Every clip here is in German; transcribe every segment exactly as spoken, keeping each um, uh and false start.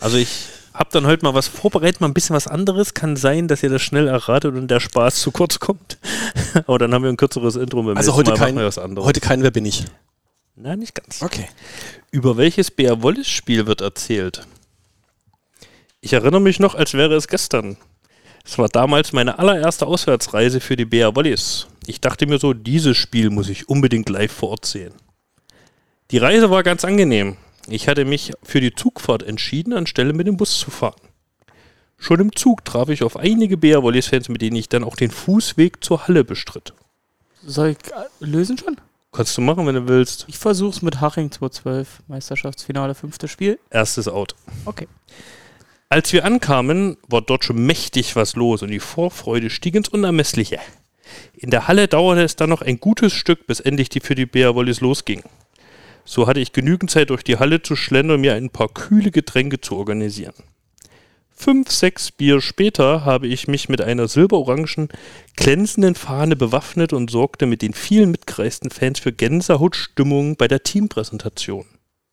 Also ich habe dann heute mal was vorbereitet, mal ein bisschen was anderes. Kann sein, dass ihr das schnell erratet und der Spaß zu kurz kommt. Aber dann haben wir ein kürzeres Intro. Beim also heute Mal kein, was anderes. heute kein Wer bin ich? Nein, nicht ganz. Okay. Über welches Bea Wallace-Spiel wird erzählt? Ich erinnere mich noch, als wäre es gestern. Es war damals meine allererste Auswärtsreise für die Bea Wallace. Ich dachte mir so, dieses Spiel muss ich unbedingt live vor Ort sehen. Die Reise war ganz angenehm. Ich hatte mich für die Zugfahrt entschieden, anstelle mit dem Bus zu fahren. Schon im Zug traf ich auf einige Bea Wallace-Fans, mit denen ich dann auch den Fußweg zur Halle bestritt. Soll ich lösen schon? Kannst du machen, wenn du willst. Ich versuch's mit Haching zweitausendzwölf. Meisterschaftsfinale, fünftes Spiel. Erstes Out. Okay. Als wir ankamen, war dort schon mächtig was los und die Vorfreude stieg ins Unermessliche. In der Halle dauerte es dann noch ein gutes Stück, bis endlich die für die Bea Wallace losging. So hatte ich genügend Zeit, durch die Halle zu schlendern und mir ein paar kühle Getränke zu organisieren. Fünf, sechs Bier später habe ich mich mit einer silberorangen, glänzenden Fahne bewaffnet und sorgte mit den vielen mitgereisten Fans für Gänsehautstimmung bei der Teampräsentation.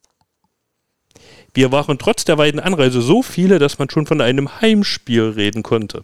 Wir waren trotz der weiten Anreise so viele, dass man schon von einem Heimspiel reden konnte.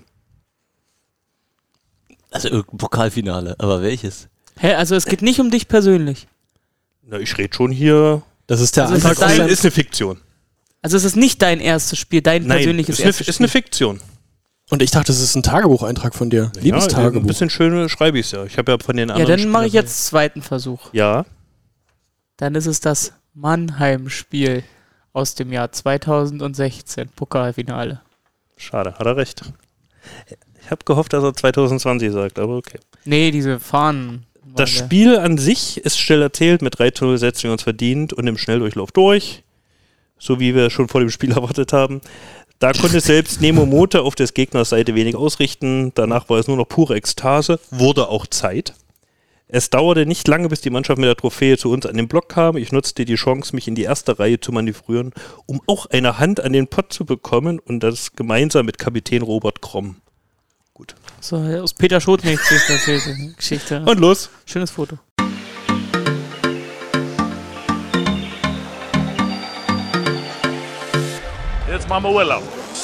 Also irgendein Pokalfinale, aber welches? Hä, also es geht nicht um dich persönlich. Na, ich rede schon hier. Das ist der Also Antrag. ist das dein- ist eine Fiktion. Also es ist nicht dein erstes Spiel, dein Nein, persönliches ist eine, erstes ist Spiel. eine Fiktion. Und ich dachte, das ist ein Tagebucheintrag von dir. Ja, Liebestagebuch. ein bisschen schön schreibe ich es ja. Ich habe ja von den Ja, anderen. dann mache ich Spielern- jetzt zweiten Versuch. Ja. Dann ist es das Mannheim-Spiel aus dem Jahr zweitausendsechzehn, Pokalfinale. Schade, hat er recht. Ich habe gehofft, dass er zwanzig zwanzig sagt, aber okay. Nee, diese Fahnen. Das waren der- Spiel an sich ist schnell erzählt, mit drei Tore setzen wir uns verdient und im Schnelldurchlauf durch, so wie wir schon vor dem Spiel erwartet haben. Da konnte selbst Nemo Mote auf des Gegners Seite wenig ausrichten, danach war es nur noch pure Ekstase, wurde auch Zeit. Es dauerte nicht lange, bis die Mannschaft mit der Trophäe zu uns an den Block kam. Ich nutzte die Chance, mich in die erste Reihe zu manövrieren, um auch eine Hand an den Pott zu bekommen und das gemeinsam mit Kapitän Robert Kromm. Gut. So, aus Peter Schotnick erzählt die Geschichte. Und los! Schönes Foto. Jetzt machen wir Urlaub.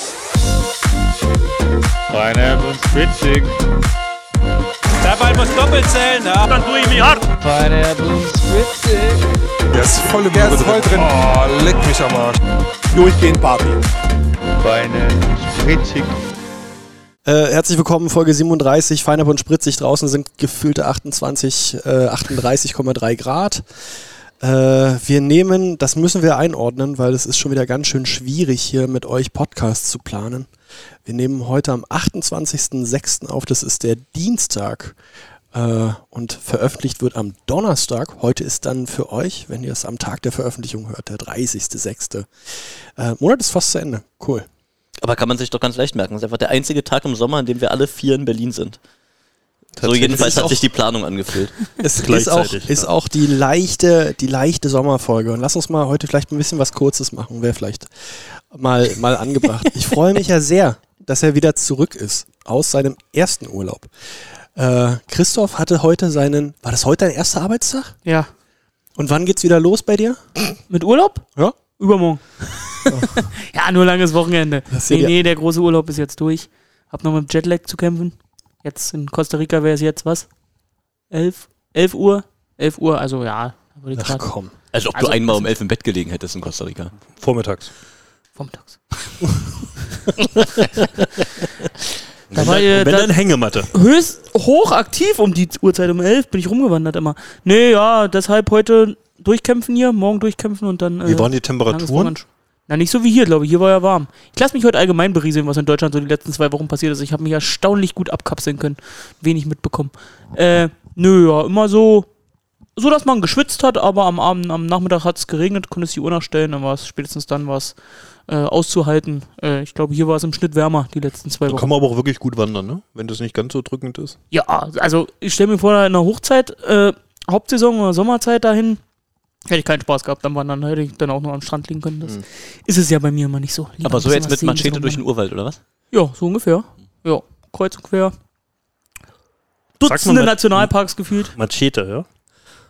Pineapple Spritzig. Der Ball muss doppelt zählen, ja. Dann tue ich mich hart. Pineapple Spritzig. Der ist voll, der ist voll drin. Oh, leck mich am Arsch. Durchgehend Party. Pineapple Spritzig. Äh, herzlich willkommen, Folge siebenunddreißig, Feinab und Spritzig. Draußen sind gefüllte achtundzwanzig, äh, achtunddreißig Komma drei Grad. Äh, wir nehmen, das müssen wir einordnen, weil es ist schon wieder ganz schön schwierig, hier mit euch Podcasts zu planen. Wir nehmen heute am achtundzwanzigsten sechsten auf, das ist der Dienstag. Äh, und veröffentlicht wird am Donnerstag. Heute ist dann für euch, wenn ihr es am Tag der Veröffentlichung hört, der dreißigsten sechsten Äh, Monat ist fast zu Ende. Cool. Aber kann man sich doch ganz leicht merken. Das ist einfach der einzige Tag im Sommer, an dem wir alle vier in Berlin sind. So jedenfalls hat sich die Planung angefühlt. Es ist auch, Gleichzeitig, ist ja. auch die leichte, die leichte Sommerfolge. Und lass uns mal heute vielleicht ein bisschen was Kurzes machen. Wäre vielleicht mal, mal angebracht. Ich freue mich ja sehr, dass er wieder zurück ist aus seinem ersten Urlaub. Äh, Christoph hatte heute seinen, war das heute dein erster Arbeitstag? Ja. Und wann geht's wieder los bei dir? Mit Urlaub? Ja. Übermorgen. Ja, nur langes Wochenende. Das ist ja Nee, die- nee, der große Urlaub ist jetzt durch. Hab noch mit Jetlag zu kämpfen. Jetzt in Costa Rica wäre es jetzt was? elf? elf Uhr? elf Uhr, also ja. da würde ich Ach grad komm. Als ob Also, du einmal also- um elf im Bett gelegen hättest in Costa Rica. Vormittags. Vormittags. Und Da wenn, war dann, ihr und wenn da- dann Hängematte. Höchst hochaktiv um die Uhrzeit um elf bin ich rumgewandert immer. Nee, ja, deshalb heute durchkämpfen hier, morgen durchkämpfen und dann. Wie äh, waren die langes Temperaturen? Wochenende. Na, nicht so wie hier, glaube ich. Hier war ja warm. Ich lasse mich heute allgemein berieseln, was in Deutschland so die letzten zwei Wochen passiert ist. Ich habe mich erstaunlich gut abkapseln können. Wenig mitbekommen. Äh, nö, ja, immer so, so, dass man geschwitzt hat, aber am Abend, am Nachmittag hat es geregnet, konnte es die Uhr nachstellen, dann war es spätestens dann was äh, auszuhalten. Äh, ich glaube, hier war es im Schnitt wärmer die letzten zwei Da Wochen. kann man aber auch wirklich gut wandern, ne? Wenn das nicht ganz so drückend ist. Ja, also ich stelle mir vor, in der Hochzeit, äh, Hauptsaison oder Sommerzeit dahin, hätte ich keinen Spaß gehabt am Wandern, hätte ich dann auch noch am Strand liegen können. Das Mhm. ist es ja bei mir immer nicht so. Lieber Aber ein so bisschen jetzt was mit sehen, Machete bisschen durch den rumwandern. Urwald, oder was? Ja, so ungefähr. Ja, kreuz und quer. Sag Dutzende mal, Nationalparks gefühlt. Machete, ja?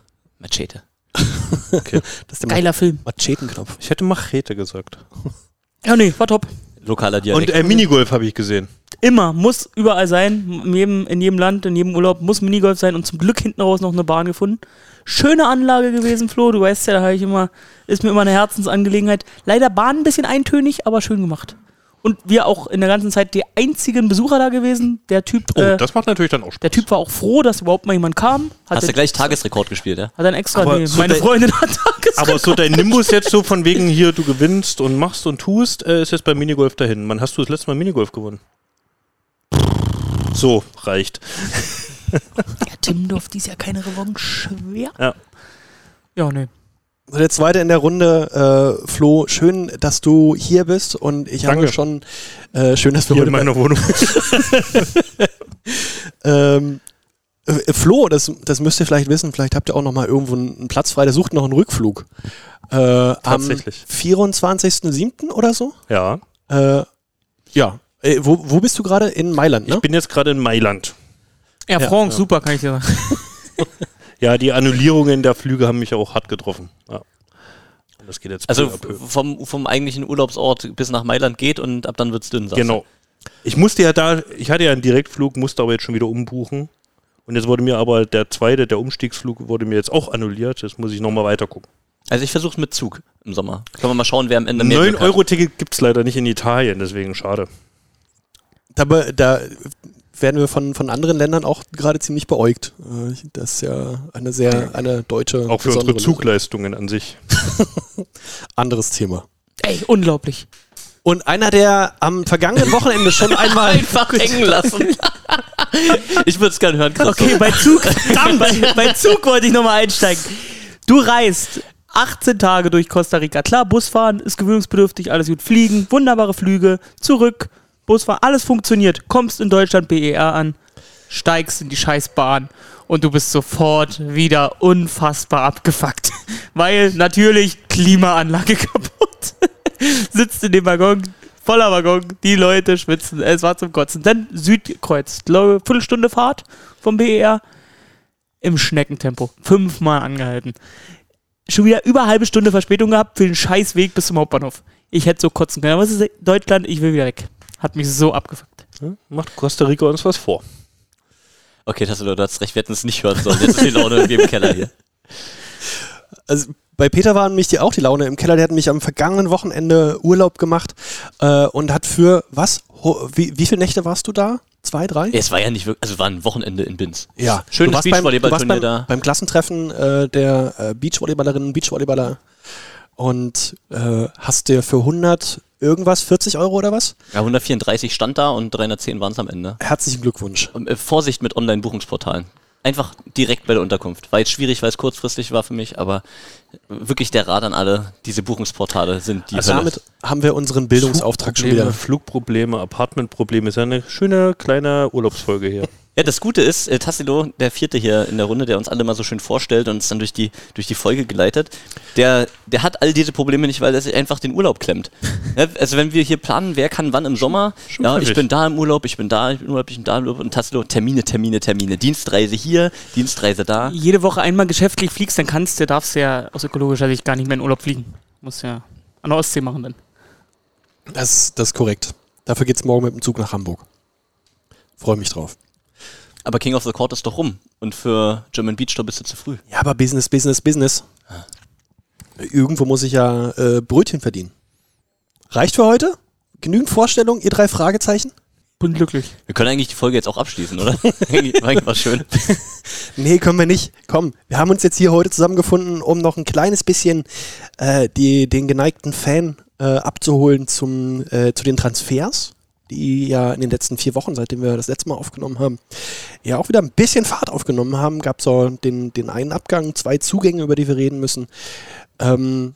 Machete. Das ist der Geiler Film. Machetenknopf. Ich hätte Machete gesagt. Ja, nee, war top. Lokaler Dialekt. Und äh, Minigolf habe ich gesehen. Immer, muss überall sein. In jedem, in jedem Land, in jedem Urlaub muss Minigolf sein und zum Glück hinten raus noch eine Bahn gefunden. Schöne Anlage gewesen, Flo. Du weißt ja, da habe ich immer, ist mir immer eine Herzensangelegenheit. Leider Bahn ein bisschen eintönig, aber schön gemacht. Und wir auch in der ganzen Zeit die einzigen Besucher da gewesen. Der Typ, Oh, äh, das macht natürlich dann auch Spaß. der Typ war auch froh, dass überhaupt mal jemand kam. Hat Hast du den- gleich Tagesrekord gespielt, ja? Hat dann extra, Aber nee, so meine der- Freundin hat Tagesrekord. Aber so dein Nimbus jetzt so von wegen hier, du gewinnst und machst und tust, äh, ist jetzt beim Minigolf dahin. Wann hast du das letzte Mal Minigolf gewonnen? So, reicht. Ja, Timmendorf, die ist ja keine Revanche schwer. Ja. Ja, nee. So, der zweite in der Runde, äh, Flo, schön, dass du hier bist und ich habe Danke. schon, äh, schön, dass wir Hier heute in meiner Wohnung. Ähm, äh, Flo, das, das müsst ihr vielleicht wissen, vielleicht habt ihr auch noch mal irgendwo einen Platz frei, der sucht noch einen Rückflug. Äh, am Tatsächlich. vierundzwanzigsten siebten oder so? Ja. Äh, ja. Äh, wo, wo bist du gerade? In Mailand, ne? Ich bin jetzt gerade in Mailand. Ja, Ja, Franck, ja. super, kann ich dir sagen. Ja, die Annullierungen der Flüge haben mich auch hart getroffen. Ja. Und das geht jetzt Also peu à peu. vom, vom eigentlichen Urlaubsort bis nach Mailand geht und ab dann wird's dünn, sagst Genau. Ich musste ja da, ich hatte ja einen Direktflug, musste aber jetzt schon wieder umbuchen. Und jetzt wurde mir aber der zweite, der Umstiegsflug, wurde mir jetzt auch annulliert. Jetzt muss ich nochmal weiter gucken. du? Also ich versuch's mit Zug im Sommer. Können wir mal schauen, wer am Ende mehr neun Glück hat. Euro Ticket gibt es leider nicht in Italien, deswegen schade. Da, be- da werden wir von, von anderen Ländern auch gerade ziemlich beäugt. Äh, Das ist ja eine sehr, eine deutsche, Auch für unsere besondere Zugleistungen an sich. anderes Thema. Ey, unglaublich. Und einer, der am vergangenen Wochenende schon einmal Einfach hängen lassen. Ich würde es gerne hören, Chris. Okay, bei Zug, verdammt, bei, bei Zug wollte ich nochmal einsteigen. Du reist achtzehn Tage durch Costa Rica. Klar, Busfahren ist gewöhnungsbedürftig, alles gut. Fliegen, wunderbare Flüge, zurück, Busfahren, alles funktioniert. Kommst in Deutschland B E R an, steigst in die Scheißbahn und du bist sofort wieder unfassbar abgefuckt. Weil natürlich Klimaanlage kaputt. Sitzt in dem Waggon, voller Waggon, die Leute schwitzen, es war zum Kotzen. Dann Südkreuz, glaube Viertelstunde Fahrt vom B E R im Schneckentempo, fünfmal angehalten. Schon wieder über eine halbe Stunde Verspätung gehabt für den scheiß Weg bis zum Hauptbahnhof. Ich hätte so kotzen können, aber es ist Deutschland, ich will wieder weg. Hat mich so abgefuckt. Ja, macht Costa Rica uns was vor. Okay, Tassilo, du hast recht, wir hätten es nicht hören sollen. Jetzt ist die Laune irgendwie im Keller hier. Also bei Peter war nämlich die auch die Laune im Keller. Der hat nämlich am vergangenen Wochenende Urlaub gemacht äh, und hat für was? Ho wie, wie viele Nächte warst du da? Zwei, drei? Es war ja nicht wirklich, also war ein Wochenende in Binz. Ja. Schönes Du warst beim, du warst Beachvolleyballturnier beim, da. beim Klassentreffen äh, der äh, Beachvolleyballerinnen und Beachvolleyballer und äh, hast dir für hundert irgendwas, vierzig Euro oder was? Ja, hundertvierunddreißig stand da und dreihundertzehn waren es am Ende. Herzlichen Glückwunsch. Und, äh, Vorsicht mit Online-Buchungsportalen. Einfach direkt bei der Unterkunft. War jetzt schwierig, weil es kurzfristig war für mich, aber wirklich der Rat an alle, diese Buchungsportale sind die Also Hölle. damit haben wir unseren Bildungsauftrag schon wieder. Flugprobleme, Apartmentprobleme. Ist ja eine schöne kleine Urlaubsfolge hier. Ja, das Gute ist, äh, Tassilo, der Vierte hier in der Runde, der uns alle mal so schön vorstellt und uns dann durch die, durch die Folge geleitet, der, der hat all diese Probleme nicht, weil er sich einfach den Urlaub klemmt. Ja, also wenn wir hier planen, wer kann wann im Sommer, Schon ja, pfiffig. ich bin da im Urlaub, ich bin da, ich bin im Urlaub, ich bin da im Urlaub und Tassilo, Termine, Termine, Termine, Dienstreise hier, Dienstreise da. Jede Woche einmal geschäftlich fliegst, dann kannst du, darfst du ja aus ökologischer Sicht gar nicht mehr in Urlaub fliegen. Musst ja an der Ostsee machen dann. Das, das ist korrekt. Dafür geht's morgen mit dem Zug nach Hamburg. Freue mich drauf. Aber King of the Court ist doch rum und für German Beach Tour bist du zu früh. Ja, aber Business, Business, Business. Irgendwo muss ich ja äh, Brötchen verdienen. Reicht für heute? Genügend Vorstellung, ihr drei Fragezeichen? Bin glücklich. Wir können eigentlich die Folge jetzt auch abschließen, oder? Eigentlich war eigentlich was schön. Nee, können wir nicht. Komm, wir haben uns jetzt hier heute zusammengefunden, um noch ein kleines bisschen äh, die, den geneigten Fan äh, abzuholen zum, äh, zu den Transfers, die ja in den letzten vier Wochen, seitdem wir das letzte Mal aufgenommen haben, ja auch wieder ein bisschen Fahrt aufgenommen haben. Gab es so den, den einen Abgang, zwei Zugänge, über die wir reden müssen. Ähm,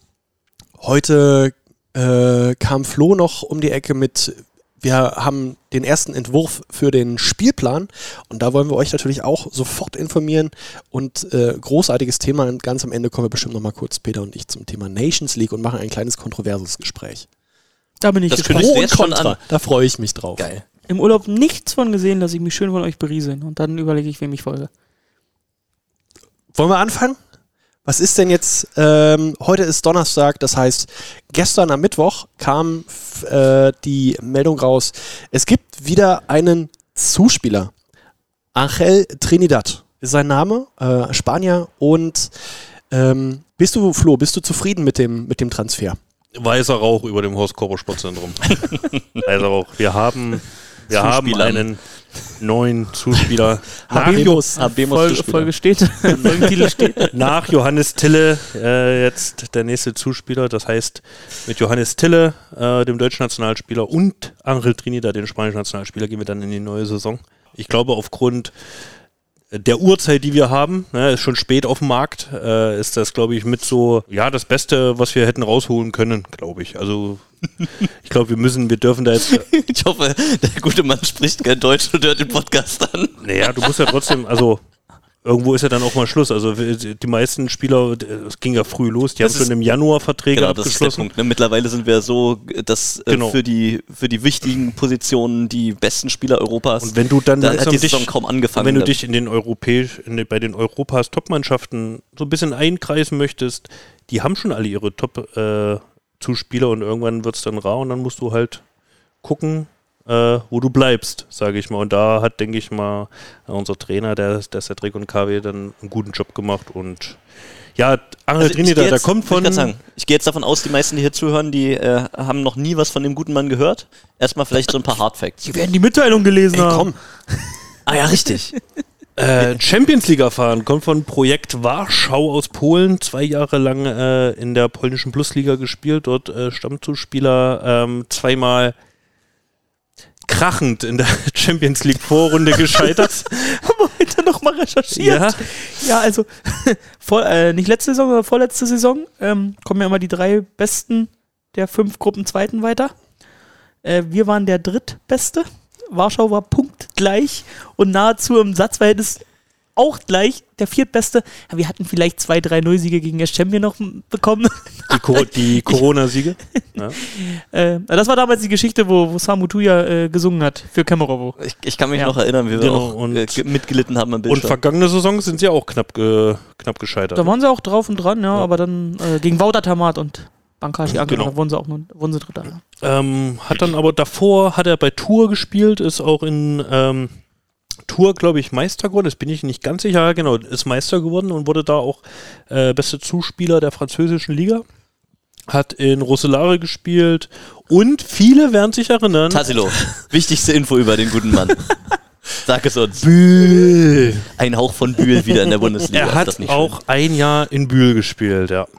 heute äh, kam Flo noch um die Ecke mit, wir haben den ersten Entwurf für den Spielplan und da wollen wir euch natürlich auch sofort informieren und äh, großartiges Thema und ganz am Ende kommen wir bestimmt nochmal kurz, Peter und ich, zum Thema Nations League und machen ein kleines kontroverses Gespräch. Da bin ich Das gespannt. kündigst du Pro und jetzt schon Contra, an. da freue ich mich drauf. Geil. Im Urlaub nichts von gesehen, dass ich mich schön von euch berieseln und dann überlege ich, wem ich folge. Wollen wir anfangen? Was ist denn jetzt, ähm, heute ist Donnerstag, das heißt, gestern am Mittwoch kam f- äh, die Meldung raus, es gibt wieder einen Zuspieler. Ángel Trinidad ist sein Name, äh, Spanier. Und ähm, bist du, Flo, bist du zufrieden mit dem, mit dem Transfer? Weißer Rauch über dem Horst Kocher Sportzentrum. Weißer Rauch. Wir haben, wir haben Zuspieler. einen neuen Zuspieler. nach, Habemus. Habemus Folge, Zuspieler. Folge steht. Folgentitel steht. nach Johannes Tille äh, jetzt der nächste Zuspieler. Das heißt, mit Johannes Tille, äh, dem deutschen Nationalspieler, und Ángel Trinidad, dem spanischen Nationalspieler, gehen wir dann in die neue Saison. Ich glaube, aufgrund der Uhrzeit, die wir haben, ne, ist schon spät auf dem Markt, äh, ist das, glaube ich, mit so, ja, das Beste, was wir hätten rausholen können, glaube ich. Also, ich glaube, wir müssen, wir dürfen da jetzt, Ich hoffe, der gute Mann spricht kein Deutsch und hört den Podcast an. naja, du musst ja trotzdem, also, irgendwo ist ja dann auch mal Schluss. Also, die meisten Spieler, es ging ja früh los, die Das haben ist- schon im Januar Verträge Genau, das ist der abgeschlossen. Punkt. Ne? Mittlerweile sind wir so, dass äh, Genau. für, die, für die wichtigen Positionen die besten Spieler Europas, Und wenn du dann da langsam hat die dich, Saison kaum angefangen. wenn du Da- dich in den Europäisch, in den, bei den Europas Top-Mannschaften so ein bisschen einkreisen möchtest, die haben schon alle ihre Top-Zuspieler und irgendwann wird es dann rar und dann musst du halt gucken, äh, wo du bleibst, sage ich mal. Und da hat, denke ich mal, unser Trainer, der, der Cedric und K W, dann einen guten Job gemacht und ja, Ángel Also ich Trinidad, geh der jetzt- kommt will von... Ich, grad sagen, ich gehe jetzt davon aus, die meisten, die hier zuhören, die äh, haben noch nie was von dem guten Mann gehört. Erstmal vielleicht so ein paar Hardfacts. Die werden die Mitteilung gelesen Ey, haben. komm. Ah ja, richtig. Äh, Champions League erfahren, kommt von Projekt Warschau aus Polen, zwei Jahre lang äh, in der polnischen Plusliga gespielt, dort äh, Stammzuspieler, ähm, zweimal krachend in der Champions League Vorrunde gescheitert. Haben wir heute nochmal recherchiert. Ja. Ja, also vor, äh, nicht letzte Saison, aber vorletzte Saison ähm, kommen ja immer die drei Besten der fünf Gruppen Zweiten weiter. Äh, wir waren der Drittbeste. Warschau war punktgleich und nahezu im Satzverhältnis auch gleich der Viertbeste. Ja, wir hatten vielleicht zwei drei null Siege gegen das Champion noch m- bekommen. Die, Co- die Corona-Siege. Ja. äh, das war damals die Geschichte, wo, wo Samu Tuya äh, gesungen hat für Kemerovo. Ich, ich kann mich Ja. noch erinnern, wie wir Genau, auch und- äh, ge- mitgelitten haben am Und Bildschirm. vergangene Saison sind sie auch knapp, ge- knapp gescheitert. Da waren sie auch drauf und dran, ja, aber dann äh, gegen Wouter Tamat und Bankashi Ankara, Genau. da wurden sie auch nur, wurden sie Dritter. Ja. Ähm, hat dann aber davor, hat er bei Tour gespielt, ist auch in ähm, Tour, glaube ich, Meister geworden, das bin ich nicht ganz sicher, ja, genau, ist Meister geworden und wurde da auch äh, beste Zuspieler der französischen Liga. Hat in Roselare gespielt und viele werden sich erinnern. Tassilo, wichtigste Info über den guten Mann. Sag es uns. Bühl. Ein Hauch von Bühl wieder in der Bundesliga. Er Ist hat das nicht auch ein Jahr in Bühl gespielt, ja.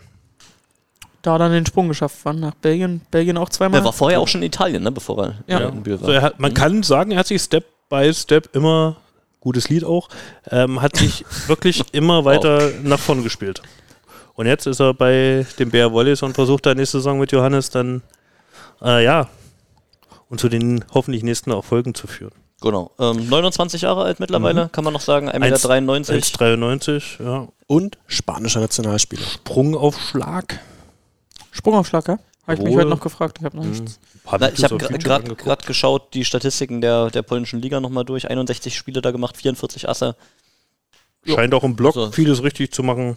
Da dann den Sprung geschafft, waren nach Belgien, Belgien auch schön? zweimal. Er war vorher auch schon in Italien, ne, bevor er Ja. äh, in Bühl war. So, er hat, man kann sagen, er hat sich Step by Step immer, gutes Lied auch, ähm, hat sich wirklich immer weiter nach vorn gespielt. Und jetzt ist er bei dem Bär Wollis und versucht da nächste Saison mit Johannes dann, äh, ja, und zu den hoffentlich nächsten Erfolgen zu führen. Genau. Ähm, neunundzwanzig Jahre alt mittlerweile, kann man noch sagen. eins Komma dreiundneunzig eins Komma dreiundneunzig, ja. Und spanischer Nationalspieler. Sprungaufschlag. Sprungaufschlag, ja? Habe ich mich Jawohl. heute noch gefragt, ich habe noch nichts. Hab Na, das ich habe auf YouTube gerade angeguckt. geschaut, die Statistiken der, der polnischen Liga nochmal durch. einundsechzig Spiele da gemacht, vierundvierzig Asse. Scheint auch im Blog Also- vieles richtig zu machen.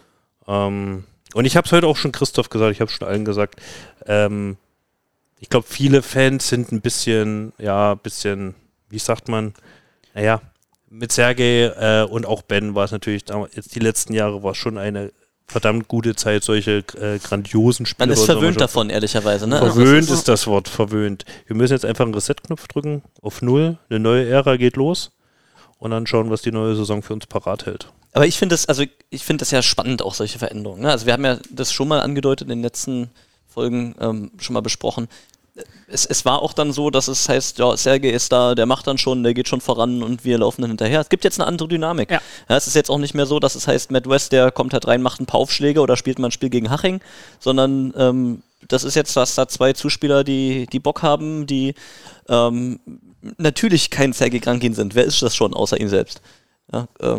Ähm, und ich habe es heute auch schon Christoph gesagt, ich habe schon allen gesagt. Ähm, ich glaube, viele Fans sind ein bisschen, ja, ein bisschen, wie sagt man, naja, mit Sergej äh, und auch Ben war es natürlich, damals, jetzt die letzten Jahre war es schon eine verdammt gute Zeit, solche äh, grandiosen Spiele. Man ist bei unserer verwöhnt Mannschaft. davon, ehrlicherweise. Ne? Also Verwöhnt es ist das Wort, verwöhnt. Wir müssen jetzt einfach einen Reset-Knopf drücken, auf Null, eine neue Ära geht los und dann schauen, was die neue Saison für uns parat hält. Aber ich finde das, also ich finde das ja spannend, auch solche Veränderungen. Ne? Also wir haben ja das schon mal angedeutet in den letzten Folgen ähm, schon mal besprochen. Es, es war auch dann so, dass es heißt, ja, Sergej ist da, der macht dann schon, der geht schon voran und wir laufen dann hinterher. Es gibt jetzt eine andere Dynamik. Ja. Ja, es ist jetzt auch nicht mehr so, dass es heißt, Matt West, der kommt halt rein, macht ein paar Aufschläge oder spielt mal ein Spiel gegen Haching, sondern ähm, das ist jetzt, dass da zwei Zuspieler, die, die Bock haben, die ähm, natürlich kein Sergej Krankin sind. Wer ist das schon, außer ihm selbst? Ja, ähm,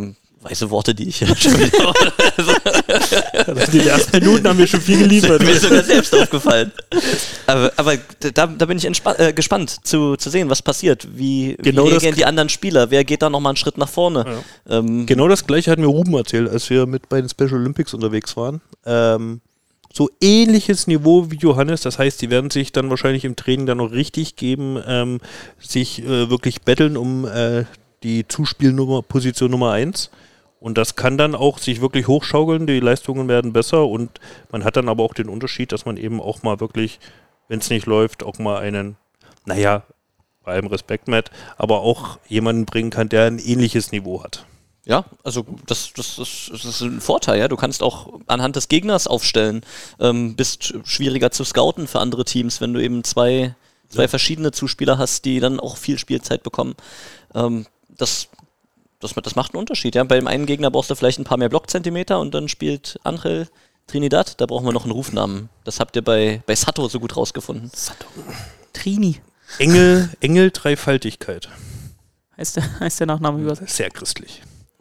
Weise Worte, die ich ja schon wieder. Also die ersten Minuten haben wir schon viel geliefert. Mir ist sogar selbst aufgefallen. Aber, aber da, da bin ich äh, gespannt zu, zu sehen, was passiert. Wie, genau wie reagieren die anderen Spieler? Wer geht da nochmal einen Schritt nach vorne? Ja. Ähm, genau das Gleiche hat mir Ruben erzählt, als wir mit bei den Special Olympics unterwegs waren. Ähm, so ähnliches Niveau wie Johannes. Das heißt, die werden sich dann wahrscheinlich im Training dann noch richtig geben, ähm, sich äh, wirklich betteln um äh, die Zuspielnummer, Position Nummer eins. Und das kann dann auch sich wirklich hochschaukeln, die Leistungen werden besser und man hat dann aber auch den Unterschied, dass man eben auch mal wirklich, wenn es nicht läuft, auch mal einen, naja, bei allem Respekt, Matt, aber auch jemanden bringen kann, der ein ähnliches Niveau hat. Ja, also das, das, das, das ist ein Vorteil, ja. Du kannst auch anhand des Gegners aufstellen, ähm, bist schwieriger zu scouten für andere Teams, wenn du eben zwei, zwei ja. verschiedene Zuspieler hast, die dann auch viel Spielzeit bekommen. Ähm, das Das, das macht einen Unterschied. Ja. Bei dem einen Gegner brauchst du vielleicht ein paar mehr Blockzentimeter und dann spielt Angel Trinidad. Da brauchen wir noch einen Rufnamen. Das habt ihr bei, bei Sato so gut rausgefunden. Sato. Trini. Engel, Engel Dreifaltigkeit. Heißt der, heißt der Nachname übersetzt? Sehr christlich.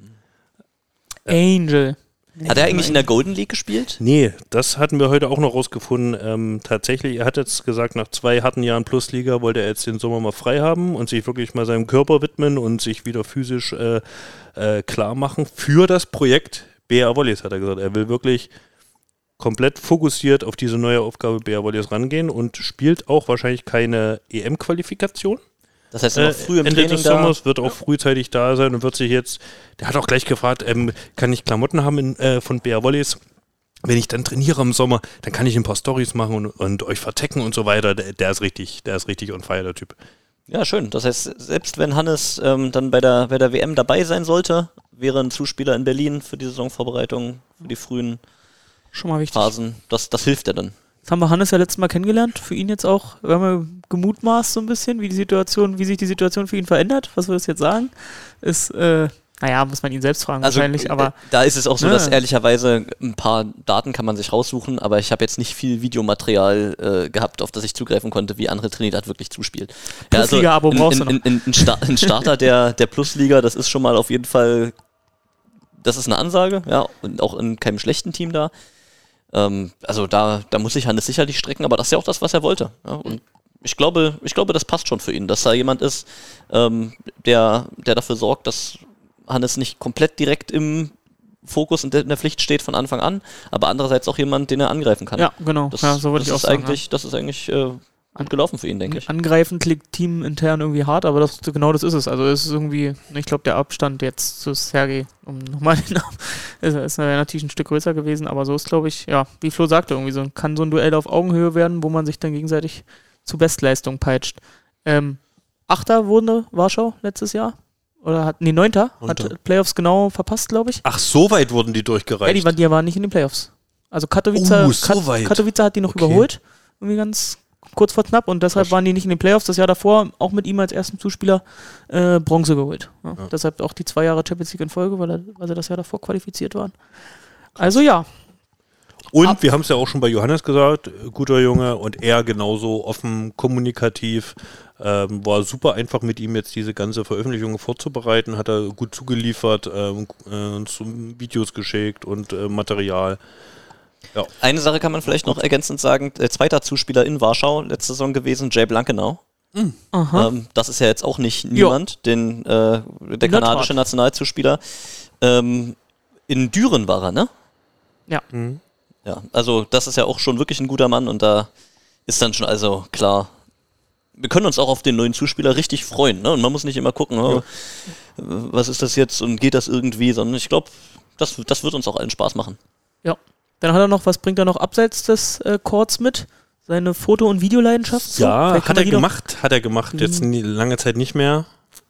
Angel. Hat er eigentlich in der Golden League gespielt? Nee, das hatten wir heute auch noch rausgefunden. Ähm, tatsächlich, er hat jetzt gesagt, nach zwei harten Jahren Plusliga wollte er jetzt den Sommer mal frei haben und sich wirklich mal seinem Körper widmen und sich wieder physisch äh, äh, klar machen für das Projekt B R Volleys, hat er gesagt. Er will wirklich komplett fokussiert auf diese neue Aufgabe B R Volleys rangehen und spielt auch wahrscheinlich keine E M-Qualifikation. Das heißt, er noch früh im Ende Training des da. Sommers wird auch frühzeitig da sein und wird sich jetzt, der hat auch gleich gefragt, ähm, kann ich Klamotten haben in, äh, von B R Volleys? Wenn ich dann trainiere im Sommer, dann kann ich ein paar Storys machen und, und euch vertecken und so weiter. Der, der ist richtig, der ist richtig on fire, der Typ. Ja, schön. Das heißt, selbst wenn Hannes ähm, dann bei der, bei der W M dabei sein sollte, wäre ein Zuspieler in Berlin für die Saisonvorbereitung, für die frühen Schon mal wichtig. Phasen. Das, das hilft ja dann. Das haben wir Hannes ja letztes Mal kennengelernt. Für ihn jetzt auch, wir haben ja gemutmaßt so ein bisschen, wie die Situation, wie sich die Situation für ihn verändert. Was wir das jetzt sagen, ist, äh, naja, muss man ihn selbst fragen also, wahrscheinlich, aber... Da ist es auch so, ne. dass ehrlicherweise ein paar Daten kann man sich raussuchen, aber ich habe jetzt nicht viel Videomaterial äh, gehabt, auf das ich zugreifen konnte, wie andere Trinidad wirklich zuspielt. Plusliga-Abo ja, also brauchst ein, du noch. ein, ein, ein, Star- ein Starter der, der Plusliga, das ist schon mal auf jeden Fall, das ist eine Ansage, ja, und auch in keinem schlechten Team da. Ähm, also da, da muss sich Hannes sicherlich strecken, aber das ist ja auch das, was er wollte. Ja, und ich glaube, ich glaube, das passt schon für ihn, dass da jemand ist, ähm, der, der dafür sorgt, dass Hannes nicht komplett direkt im Fokus und in der Pflicht steht von Anfang an, aber andererseits auch jemand, den er angreifen kann. Ja, genau. Das, ja, so würde das ich auch ist sagen. eigentlich, das ist eigentlich äh, gut gelaufen für ihn, denke ich. Angreifend klingt teamintern irgendwie hart, aber das, genau das ist es. Also es ist irgendwie, ich glaube, der Abstand jetzt zu Sergej, um nochmal den Namen, ist, ist natürlich ein Stück größer gewesen, aber so ist, glaube ich, ja, wie Flo sagte, irgendwie so, kann so ein Duell auf Augenhöhe werden, wo man sich dann gegenseitig zu Bestleistung peitscht. Ähm, Achter wurde Warschau letztes Jahr. Oder hat, nee, Neunter. Neunter. Hat Playoffs genau verpasst, glaube ich. Ach, so weit wurden die durchgereicht? Ja, die, waren- die waren nicht in den Playoffs. Also Katowice, Oh, so Kat- weit. Katowice hat die noch Okay. überholt. Irgendwie ganz kurz vor knapp. Und deshalb Krass. waren die nicht in den Playoffs. Das Jahr davor auch mit ihm als ersten Zuspieler äh, Bronze geholt. Ja, Ja. Deshalb auch die zwei Jahre Champions League in Folge, weil, er, weil sie das Jahr davor qualifiziert waren. Also ja, Und Ab- wir haben es ja auch schon bei Johannes gesagt, äh, guter Junge und er genauso offen, kommunikativ, ähm, war super einfach mit ihm jetzt diese ganze Veröffentlichung vorzubereiten, hat er gut zugeliefert, ähm, äh, uns so Videos geschickt und äh, Material. Ja. Eine Sache kann man vielleicht noch ergänzend sagen, äh, zweiter Zuspieler in Warschau letzte Saison gewesen, Jay Blankenau. aha. Ähm, das ist ja jetzt auch nicht niemand, den, äh, der kanadische Nationalzuspieler. Ähm, in Düren war er, ne? Ja. Mhm. Ja, also das ist ja auch schon wirklich ein guter Mann und da ist dann schon also klar, wir können uns auch auf den neuen Zuspieler richtig freuen, ne? Und man muss nicht immer gucken, oh, was ist das jetzt und geht das irgendwie, sondern ich glaube, das, das wird uns auch allen Spaß machen. Ja. Dann hat er noch, was bringt er noch abseits des äh, Courts mit? Seine Foto- und Videoleidenschaft? So? Ja, Vielleicht kann hat er die noch- gemacht, hat er gemacht, jetzt Mhm. nie, lange Zeit nicht mehr,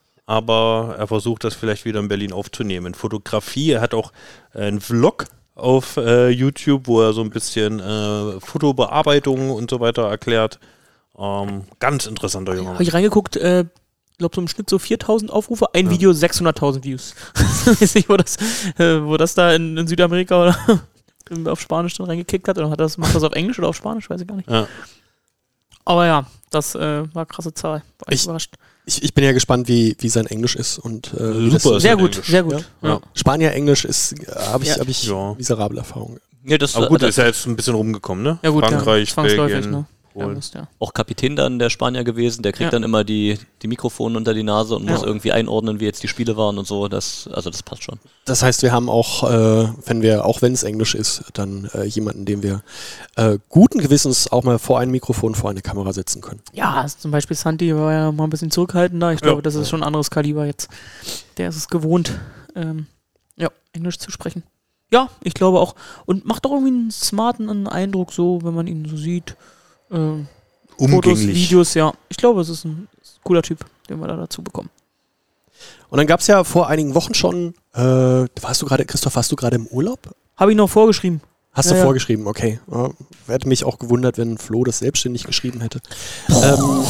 aber er versucht das vielleicht wieder in Berlin aufzunehmen. Fotografie, er hat auch äh, einen Vlog auf äh, YouTube, wo er so ein bisschen äh, Fotobearbeitung und so weiter erklärt. Ähm, ganz interessanter Junge. Habe ich reingeguckt, äh, glaube so im Schnitt so viertausend Aufrufe, ein Video sechshunderttausend Views. Ich weiß nicht, wo das, äh, wo das da in, in Südamerika oder auf Spanisch dann reingekickt hat. Oder hat das, macht das auf Englisch oder auf Spanisch? Weiß ich gar nicht. Ja. Aber ja, das äh, war eine krasse Zahl. War ich Ich- überrascht. Ich, ich bin ja gespannt, wie, wie sein Englisch ist. Und, äh, wie das Super. so- Sehr sein gut, Englisch. sehr gut. Ja? Ja. Spanier-Englisch ist, äh, habe ich, Ja. hab ich Ja. miserable Erfahrungen. Ja, das Aber gut, das ist ja jetzt ein bisschen rumgekommen, ne? Ja gut, Frankreich, ja, zwangsläufig, Belgien, ne? Ja, Polen. muss, ja. auch Kapitän dann, der Spanier gewesen, der kriegt Ja. dann immer die, die Mikrofone unter die Nase und Ja. muss irgendwie einordnen, wie jetzt die Spiele waren und so. Das, also das passt schon. Das heißt, wir haben auch, äh, wenn wir, auch wenn es Englisch ist, dann äh, jemanden, den wir äh, guten Gewissens auch mal vor ein Mikrofon, vor eine Kamera setzen können. Ja, also zum Beispiel Santi war ja mal ein bisschen zurückhaltender. Ich glaube, Ja. das ist schon ein anderes Kaliber jetzt. Der ist es gewohnt, ähm, ja, Englisch zu sprechen. Ja, ich glaube auch. Und macht doch irgendwie einen smarten Eindruck so, wenn man ihn so sieht. Ähm, Fotos, Umgänglich. Videos, ja. Ich glaube, es ist ein cooler Typ, den wir da dazu bekommen. Und dann gab es ja vor einigen Wochen schon, äh, warst du gerade, Christoph, warst du gerade im Urlaub? Habe ich noch vorgeschrieben. Hast Ja, du ja. vorgeschrieben, okay. Ja, hätte mich auch gewundert, wenn Flo das selbstständig geschrieben hätte. ähm,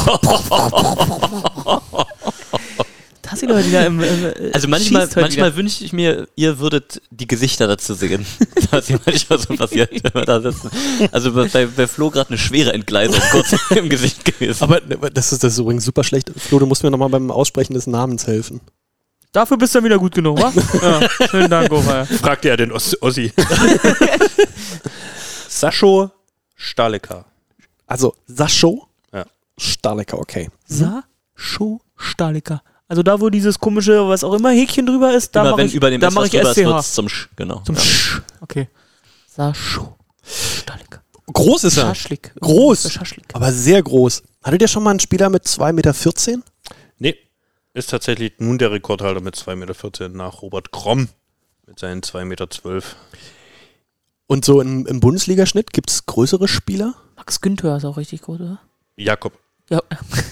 Da sind Leute, die da im, im äh, Also manchmal, schießt heute manchmal wünsche ich mir, ihr würdet die Gesichter dazu sehen. Was hier manchmal so passiert, wenn wir da sitzen. Also bei, bei Flo gerade eine schwere Entgleisung kurz im Gesicht gewesen. aber das ist, das ist übrigens super schlecht. Flo, du musst mir nochmal beim Aussprechen des Namens helfen. Dafür bist du dann wieder gut genug, wa? Ja, schönen Dank, Opa. Fragt ja den Os Ossi. Sascho Staleka. Also, Sascho Ja. Staleka, okay. Sascho Stalika. Also da, wo dieses komische, was auch immer, Häkchen drüber ist, da Immer mache wenn ich, über dem da S mach was ich drüber S ist, C H. wird's zum Sch, genau. Zum ja. Sch. Okay. Sascho Stalika. Groß ist er. Schaschlik. Groß. Schaschlik. Aber sehr groß. Hattet ihr schon mal einen Spieler mit zwei Meter vierzehn? Nee, ist tatsächlich nun der Rekordhalter mit zwei Meter vierzehn nach Robert Kromm mit seinen zwei Meter zwölf. Und so im, im Bundesligaschnitt gibt es größere Spieler? Max Günther ist auch richtig groß, oder? Jakob. Ja.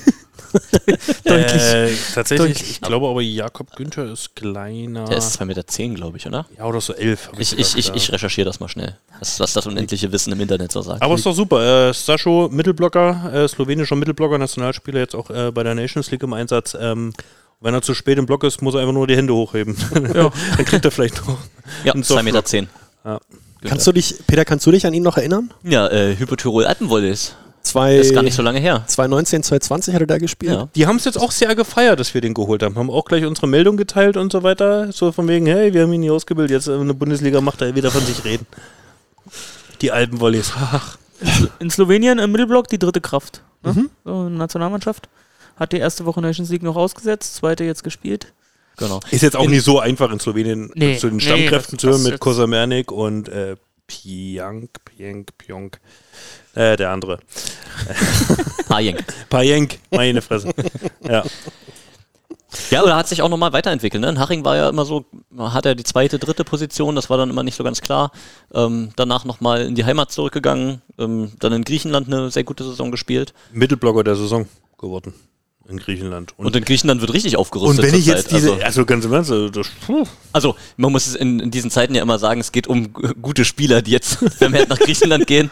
Deutlich. Äh, tatsächlich, Deutlich. ich glaube aber Jakob Günther ist kleiner. Der ist zwei Meter zehn, glaube ich, oder? ja, oder so elf. hab Ich, gedacht, ich, ich, ja. ich recherchiere das mal schnell, was, was das unendliche Wissen im Internet so sagt. Aber ist doch super. Äh, Sascho, Mittelblocker, äh, slowenischer Mittelblocker, Nationalspieler, jetzt auch äh, bei der Nations League im Einsatz. Ähm, wenn er zu spät im Block ist, muss er einfach nur die Hände hochheben. Ja. Dann kriegt er vielleicht noch. ja, ein zwei Meter Softblock. zehn. Ja. Kannst du dich, Peter, kannst du dich an ihn noch erinnern? Ja, äh, Hypo-Tirol Alpenvolleys. Zwei, Das ist gar nicht so lange her. zwanzig neunzehn, zwanzig zwanzig hat er da gespielt. Ja. Die haben es jetzt auch sehr gefeiert, dass wir den geholt haben. Haben auch gleich unsere Meldung geteilt und so weiter. So von wegen, hey, wir haben ihn nie ausgebildet. Jetzt in der Bundesliga macht er wieder von sich reden. Die Alpenvolleys. Ach. In Slowenien im Mittelblock die dritte Kraft. Ne? Mhm. So, Nationalmannschaft. Hat die erste Woche Nations League noch ausgesetzt, zweite jetzt gespielt. Genau. Ist jetzt auch In- nicht so einfach in Slowenien Nee, zu den nee, Stammkräften das- zu hören das mit jetzt- Kosamernik und äh, Pjank, Pjank, Pjonk. Äh, der andere. Pajeng. Pajek, meine Fresse. Ja. Ja, aber er hat sich auch nochmal weiterentwickelt. Ne? In Haching war ja immer so, hat er die zweite, dritte Position, das war dann immer nicht so ganz klar. Ähm, danach nochmal in die Heimat zurückgegangen, ähm, dann in Griechenland eine sehr gute Saison gespielt. Mittelblocker der Saison geworden in Griechenland. Und, in Griechenland wird richtig aufgerüstet. und wenn ich zur jetzt Zeit. diese, Also, also ganz im Ernst, also das, puh. also man muss es in, in diesen Zeiten ja immer sagen, es geht um g- gute Spieler, die jetzt vermehrt nach Griechenland gehen.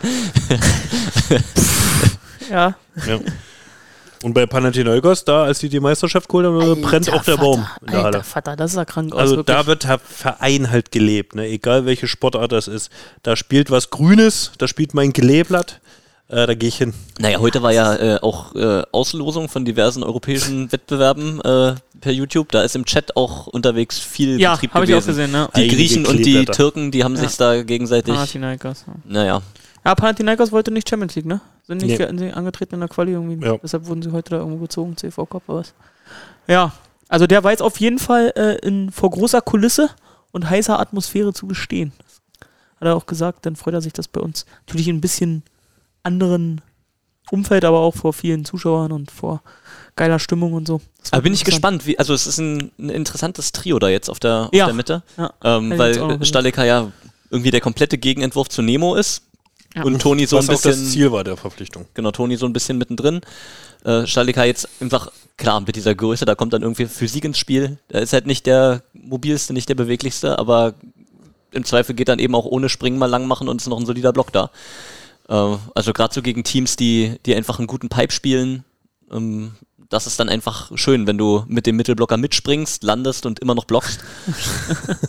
Ja. Ja. Und bei Panathinaikos, da, als die die Meisterschaft geholt haben, brennt auch der Baum in der Halle. Alter Vater, das ist ja krank aus. Also wirklich. da wird der Verein halt gelebt, ne? Egal welche Sportart das ist. Da spielt was Grünes, da spielt mein Kleeblatt, äh, da gehe ich hin. Naja, heute war ja äh, auch äh, Auslosung von diversen europäischen Wettbewerben äh, per YouTube. Da ist im Chat auch unterwegs viel ja, Betrieb habe ich auch gewesen. gesehen, ne? Die Einige Griechen und die Kleeblätter. Türken, die haben Ja. sich da gegenseitig. Panathinaikos. Ja. Naja. Ja, Panathinaikos wollte nicht Champions League, ne? Sind nicht Nee. ge- sind angetreten in der Quali irgendwie. Ja. Deshalb wurden sie heute da irgendwo gezogen, C V Cup oder was. Ja, also der weiß auf jeden Fall äh, in, vor großer Kulisse und heißer Atmosphäre zu bestehen. Hat er auch gesagt, dann freut er sich das bei uns. Natürlich in ein bisschen anderen Umfeld, aber auch vor vielen Zuschauern und vor geiler Stimmung und so. Das Aber wird bin ich interessant. gespannt, wie, also es ist ein, ein interessantes Trio da jetzt auf der, auf Ja. der Mitte, Ja. ähm, Hätte ich weil jetzt auch noch gedacht. Staleka ja irgendwie der komplette Gegenentwurf zu Nemo ist Ja. und Toni so Was ein auch das bisschen, Ziel war der Verpflichtung. genau, Toni so ein bisschen mittendrin. Äh, Staleka jetzt einfach, klar, mit dieser Größe, da kommt dann irgendwie Physik ins Spiel. Er ist halt nicht der mobilste, nicht der beweglichste, aber im Zweifel geht dann eben auch ohne Springen mal lang machen und ist noch ein solider Block da. Äh, also gerade so gegen Teams, die, die einfach einen guten Pipe spielen, ähm, das ist dann einfach schön, wenn du mit dem Mittelblocker mitspringst, landest und immer noch blockst.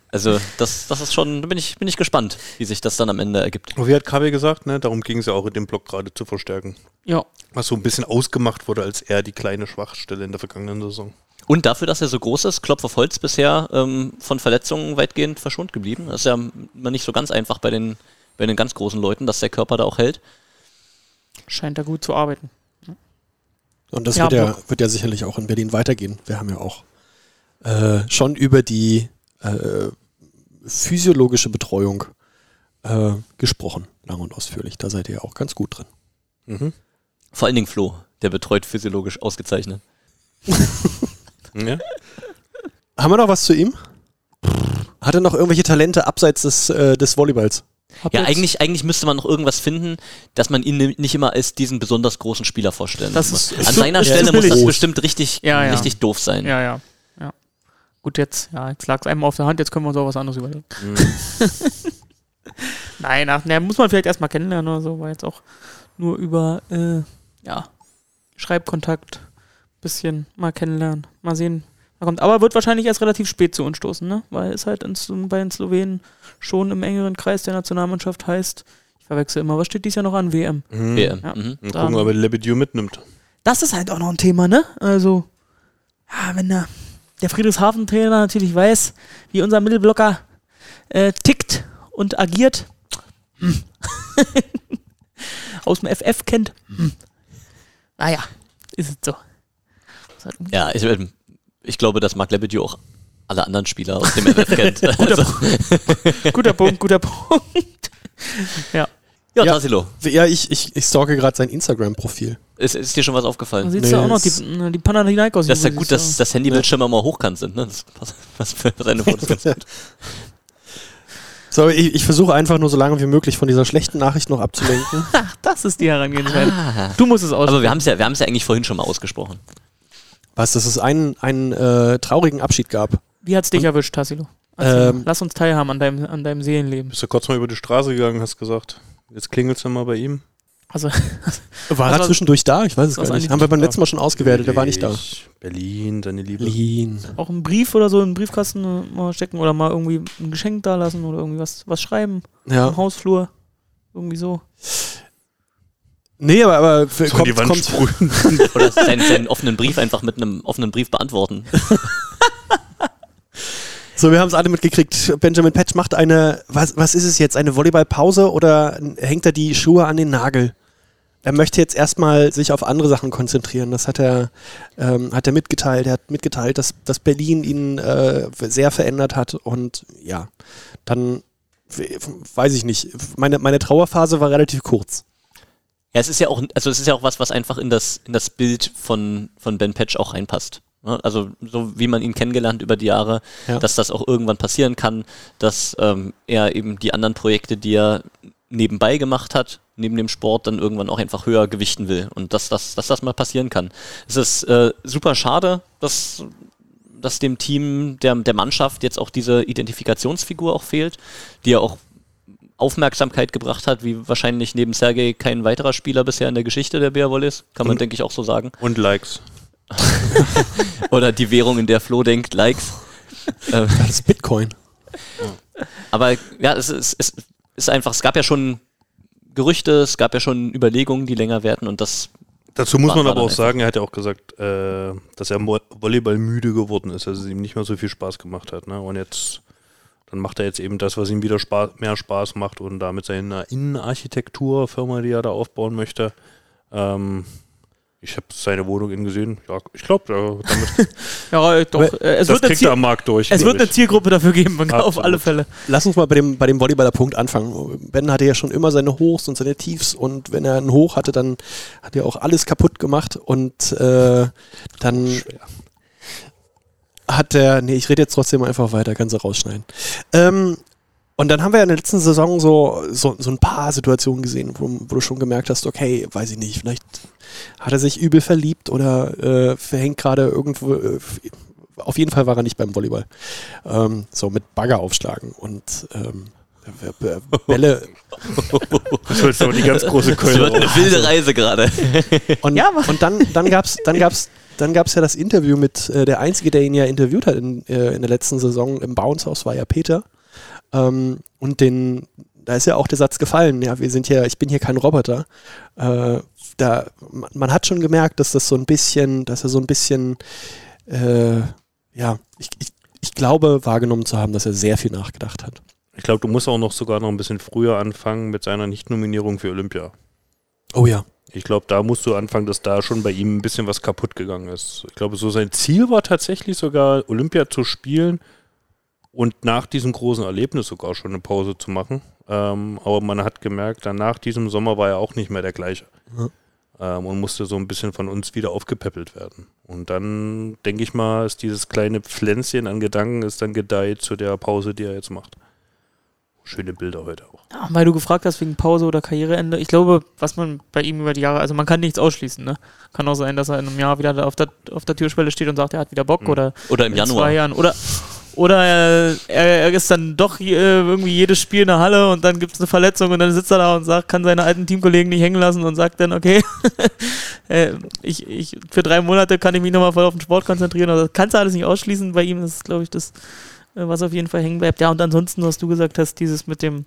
Also das, das ist schon, da bin ich, bin ich gespannt, wie sich das dann am Ende ergibt. Und wie hat K W gesagt, ne? Darum ging es ja auch in dem Block gerade zu verstärken. Ja. Was so ein bisschen ausgemacht wurde als eher die kleine Schwachstelle in der vergangenen Saison. Und dafür, dass er so groß ist, Klopf auf Holz bisher ähm, von Verletzungen weitgehend verschont geblieben. Das ist ja immer nicht so ganz einfach bei den, bei den ganz großen Leuten, dass der Körper da auch hält. Scheint da gut zu arbeiten. Und das Ja, wird, ja, Block. wird ja sicherlich auch in Berlin weitergehen. Wir haben ja auch äh, schon über die äh, physiologische Betreuung äh, gesprochen, lang und ausführlich. Da seid ihr ja auch ganz gut drin. Mhm. Vor allen Dingen Flo, der betreut physiologisch ausgezeichnet. Ja. Haben wir noch was zu ihm? Hat er noch irgendwelche Talente abseits des, äh, des Volleyballs? Hab Ja, jetzt- eigentlich, eigentlich müsste man noch irgendwas finden, dass man ihn ni- nicht immer als diesen besonders großen Spieler vorstellen Das muss. ist- An ist seiner zu- ist Stelle zu muss das billig. bestimmt richtig, Ja, ja. richtig doof sein. Ja, ja. ja. Gut, jetzt, ja, jetzt lag es einem auf der Hand, jetzt können wir uns auch was anderes überlegen. Mhm. Nein, ach, ne, muss man vielleicht erstmal kennenlernen oder so, war jetzt auch nur über, äh, ja, Schreibkontakt, bisschen mal kennenlernen, mal sehen, was kommt. Aber wird wahrscheinlich erst relativ spät zu uns stoßen, ne? Weil es halt in, Slo- bei den Slowenen schon im engeren Kreis der Nationalmannschaft heißt, ich verwechsel immer, was steht dies Jahr noch an? W M. Mhm. W M. Ja. Mhm. Mal Da- gucken, ob er Lebedieu mitnimmt. Das ist halt auch noch ein Thema, ne? Also, ja, wenn der, der Friedrichshafen-Trainer natürlich weiß, wie unser Mittelblocker äh, tickt und agiert, hm. aus dem F F kennt, hm. naja, ist es so. Ist halt irgendwie- Ja, ich, ähm, ich glaube, dass Marc Lebedieu auch alle anderen Spieler aus dem F F kennt. Also, Guter Punkt, guter Punkt. Ja, ja, Ja. Tassilo, Ja, ich, ich, ich stalke gerade sein Instagram-Profil. ist, ist dir schon was da aufgefallen? siehst Nee, du auch noch das- die, die Panathinaikos. Das ist ja Junge, gut, siehst du. dass das Handybildschirme immer hochkant sind. Ne? Das, was, was für seine Fotos ganz gut. So, ich, ich versuche einfach nur so lange wie möglich von dieser schlechten Nachricht noch abzulenken. Ach, das ist die Herangehensweise. Ah. Du musst es aussprechen. Aber wir haben es ja, wir haben es ja eigentlich vorhin schon mal ausgesprochen. Was, dass es einen, einen äh, traurigen Abschied gab. Wie hat's dich erwischt, Tassilo? Erzähl Ähm, mal. Lass uns teilhaben an deinem, an deinem Seelenleben. Bist du kurz mal über die Straße gegangen, hast gesagt, jetzt klingelt's dann mal bei ihm. Also, War Was er war- zwischendurch da? Ich weiß es was gar nicht. eigentlich Haben wir beim nicht letzten Mal schon ausgewertet, der war nicht da. Ich, Berlin, seine Liebe. Berlin. auch einen Brief oder so in den Briefkasten äh, mal stecken oder mal irgendwie ein Geschenk da lassen oder irgendwie was, was schreiben Ja. im Hausflur. Irgendwie so. Nee, aber, aber für, So in die kommt, Wand kommt, sprühen. Oder seinen, seinen offenen Brief einfach mit einem offenen Brief beantworten. so, wir haben es alle mitgekriegt. Benjamin Patch macht eine, was, was ist es jetzt, eine Volleyballpause oder hängt er die Schuhe an den Nagel? Er möchte jetzt erstmal sich auf andere Sachen konzentrieren. Das hat er, ähm, hat er mitgeteilt. Er hat mitgeteilt, dass, dass Berlin ihn äh, sehr verändert hat. Und ja, dann w- weiß ich nicht. Meine, meine Trauerphase war relativ kurz. Ja, es ist ja auch, also es ist ja auch was, was einfach in das, in das Bild von, von Ben Patch auch reinpasst. Ne? Also so wie man ihn kennengelernt über die Jahre, Ja. dass das auch irgendwann passieren kann, dass ähm, er eben die anderen Projekte, die er nebenbei gemacht hat, neben dem Sport, dann irgendwann auch einfach höher gewichten will und dass, dass, dass das mal passieren kann. Es ist äh, super schade, dass, dass dem Team, der, der Mannschaft jetzt auch diese Identifikationsfigur auch fehlt, die ja auch Aufmerksamkeit gebracht hat, wie wahrscheinlich neben Sergej kein weiterer Spieler bisher in der Geschichte der Bea Volleys, kann man, Und- denke ich, auch so sagen. Und Likes. Oder die Währung, in der Flo denkt, Likes. ähm, Das ist Bitcoin. aber ja, es ist, es ist einfach, es gab ja schon Gerüchte, es gab ja schon Überlegungen, die länger währten und das, Dazu muss War- man war aber dann auch sagen, er hat ja auch gesagt, äh, dass er Mo- Volleyball müde geworden ist, dass es ihm nicht mehr so viel Spaß gemacht hat. Ne? Und jetzt, dann macht er jetzt eben das, was ihm wieder Spaß, mehr Spaß macht und da mit seiner Innenarchitekturfirma, die er da aufbauen möchte. Ähm, ich habe seine Wohnung innen gesehen. Ja, ich glaube, damit Ja, äh, doch. Aber Äh, es das wird, eine kriegt er Ziel, am Markt durch. es glaub wird eine ich. Zielgruppe dafür geben, auf Absolut. alle Fälle. Lass uns mal bei dem, bei dem Volleyballer-Punkt anfangen. Ben hatte ja schon immer seine Hochs und seine Tiefs und wenn er ein Hoch hatte, dann hat er auch alles kaputt gemacht und äh, dann Schwer. hat er, nee, ich rede jetzt trotzdem einfach weiter, kannst du rausschneiden. Ähm, und dann haben wir ja in der letzten Saison so, so, so ein paar Situationen gesehen, wo, wo du schon gemerkt hast, okay, weiß ich nicht, vielleicht hat er sich übel verliebt oder äh, verhängt gerade irgendwo, äh, auf jeden Fall war er nicht beim Volleyball. Ähm, so mit Bagger aufschlagen und ähm, Bälle. Das wird so die ganz große Das wird Keule. eine wilde Reise gerade. Und, Ja, aber- und dann, dann gab es dann gab's, dann gab's ja das Interview mit, äh, der Einzige, der ihn ja interviewt hat in, äh, in der letzten Saison im Bounce-Haus, war ja Peter. Ähm, und den, da ist ja auch der Satz gefallen, ja, wir sind hier, ich bin hier kein Roboter. Äh, da, man, man hat schon gemerkt, dass das so ein bisschen, dass er so ein bisschen, äh, ja, ich, ich, ich glaube, wahrgenommen zu haben, dass er sehr viel nachgedacht hat. Ich glaube, du musst auch noch sogar noch ein bisschen früher anfangen mit seiner Nicht-Nominierung für Olympia. Oh ja. Ich glaube, da musst du anfangen, dass da schon bei ihm ein bisschen was kaputt gegangen ist. Ich glaube, so sein Ziel war tatsächlich sogar, Olympia zu spielen und nach diesem großen Erlebnis sogar schon eine Pause zu machen. Ähm, aber man hat gemerkt, dann nach diesem Sommer war er auch nicht mehr der gleiche. Mhm. Ähm, und musste so ein bisschen von uns wieder aufgepäppelt werden. Und dann, denke ich mal, ist dieses kleine Pflänzchen an Gedanken ist dann gedeiht zu der Pause, die er jetzt macht. Schöne Bilder heute auch. Ja, weil du gefragt hast wegen Pause oder Karriereende. Ich glaube, was man bei ihm über die Jahre, also man kann nichts ausschließen. Ne? Kann auch sein, dass er in einem Jahr wieder da auf der, auf der Türschwelle steht und sagt, er hat wieder Bock. Mhm. Oder, Oder im in Januar. zwei Jahren. Oder, oder er, er ist dann doch äh, irgendwie jedes Spiel in der Halle und dann gibt es eine Verletzung und dann sitzt er da und sagt, kann seine alten Teamkollegen nicht hängen lassen und sagt dann, okay, äh, ich, ich, für drei Monate kann ich mich nochmal voll auf den Sport konzentrieren. Also das kannst du alles nicht ausschließen. Bei ihm ist es, glaube ich, das, äh, was auf jeden Fall hängen bleibt. Ja, und ansonsten, was du gesagt hast, dieses mit dem,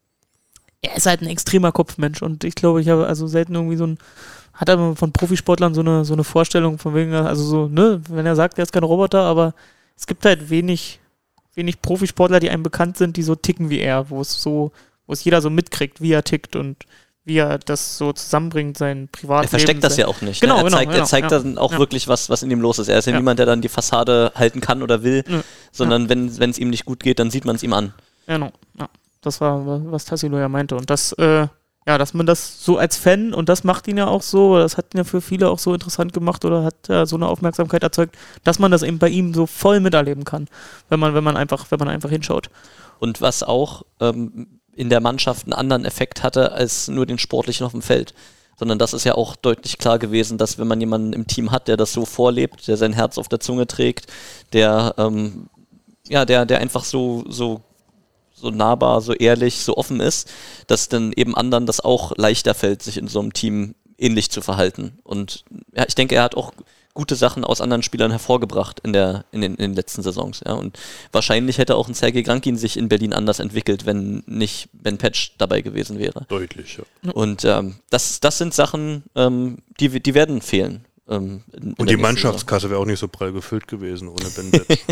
er ist halt ein extremer Kopfmensch und ich glaube, ich habe also selten irgendwie so ein, hat er von Profisportlern so eine, so eine Vorstellung von wegen, also so, ne, wenn er sagt, er ist kein Roboter, aber es gibt halt wenig, wenig Profisportler, die einem bekannt sind, die so ticken wie er, wo es so, wo es jeder so mitkriegt, wie er tickt und wie er das so zusammenbringt, sein Privatleben. Er versteckt das sein- ja auch nicht. Genau, ne? Er genau, zeigt, genau, er zeigt ja. dann auch Ja. wirklich, was, was in ihm los ist. Er ist ja, Ja. niemand, der dann die Fassade halten kann oder will, Ja. sondern wenn es ihm nicht gut geht, dann sieht man es ihm an. Genau, ja. Das war, wa- was Tassilo ja meinte. Und das, äh, ja, dass man das so als Fan, und das macht ihn ja auch so, das hat ihn ja für viele auch so interessant gemacht oder hat ja so eine Aufmerksamkeit erzeugt, dass man das eben bei ihm so voll miterleben kann, wenn man, wenn man einfach, wenn man einfach hinschaut. Und was auch ähm, in der Mannschaft einen anderen Effekt hatte, als nur den sportlichen auf dem Feld. Sondern das ist ja auch deutlich klar gewesen, dass wenn man jemanden im Team hat, der das so vorlebt, der sein Herz auf der Zunge trägt, der, ähm, ja, der, der einfach so, so so nahbar, so ehrlich, so offen ist, dass dann eben anderen das auch leichter fällt, sich in so einem Team ähnlich zu verhalten. Und ja, ich denke, er hat auch gute Sachen aus anderen Spielern hervorgebracht in, der, in, den, in den letzten Saisons. Ja. Und wahrscheinlich hätte auch ein Sergej Grankin sich in Berlin anders entwickelt, wenn nicht Ben Petsch dabei gewesen wäre. Deutlich, ja. Und ähm, das, das sind Sachen, ähm, die, die werden fehlen. Ähm, in, in Und der die nächsten Mannschaftskasse wäre auch nicht so prall gefüllt gewesen ohne Ben Petsch.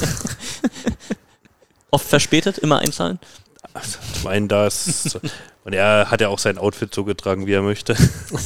Oft verspätet, immer einzahlen. Ich meine, das. Und er hat ja auch sein Outfit so getragen, wie er möchte.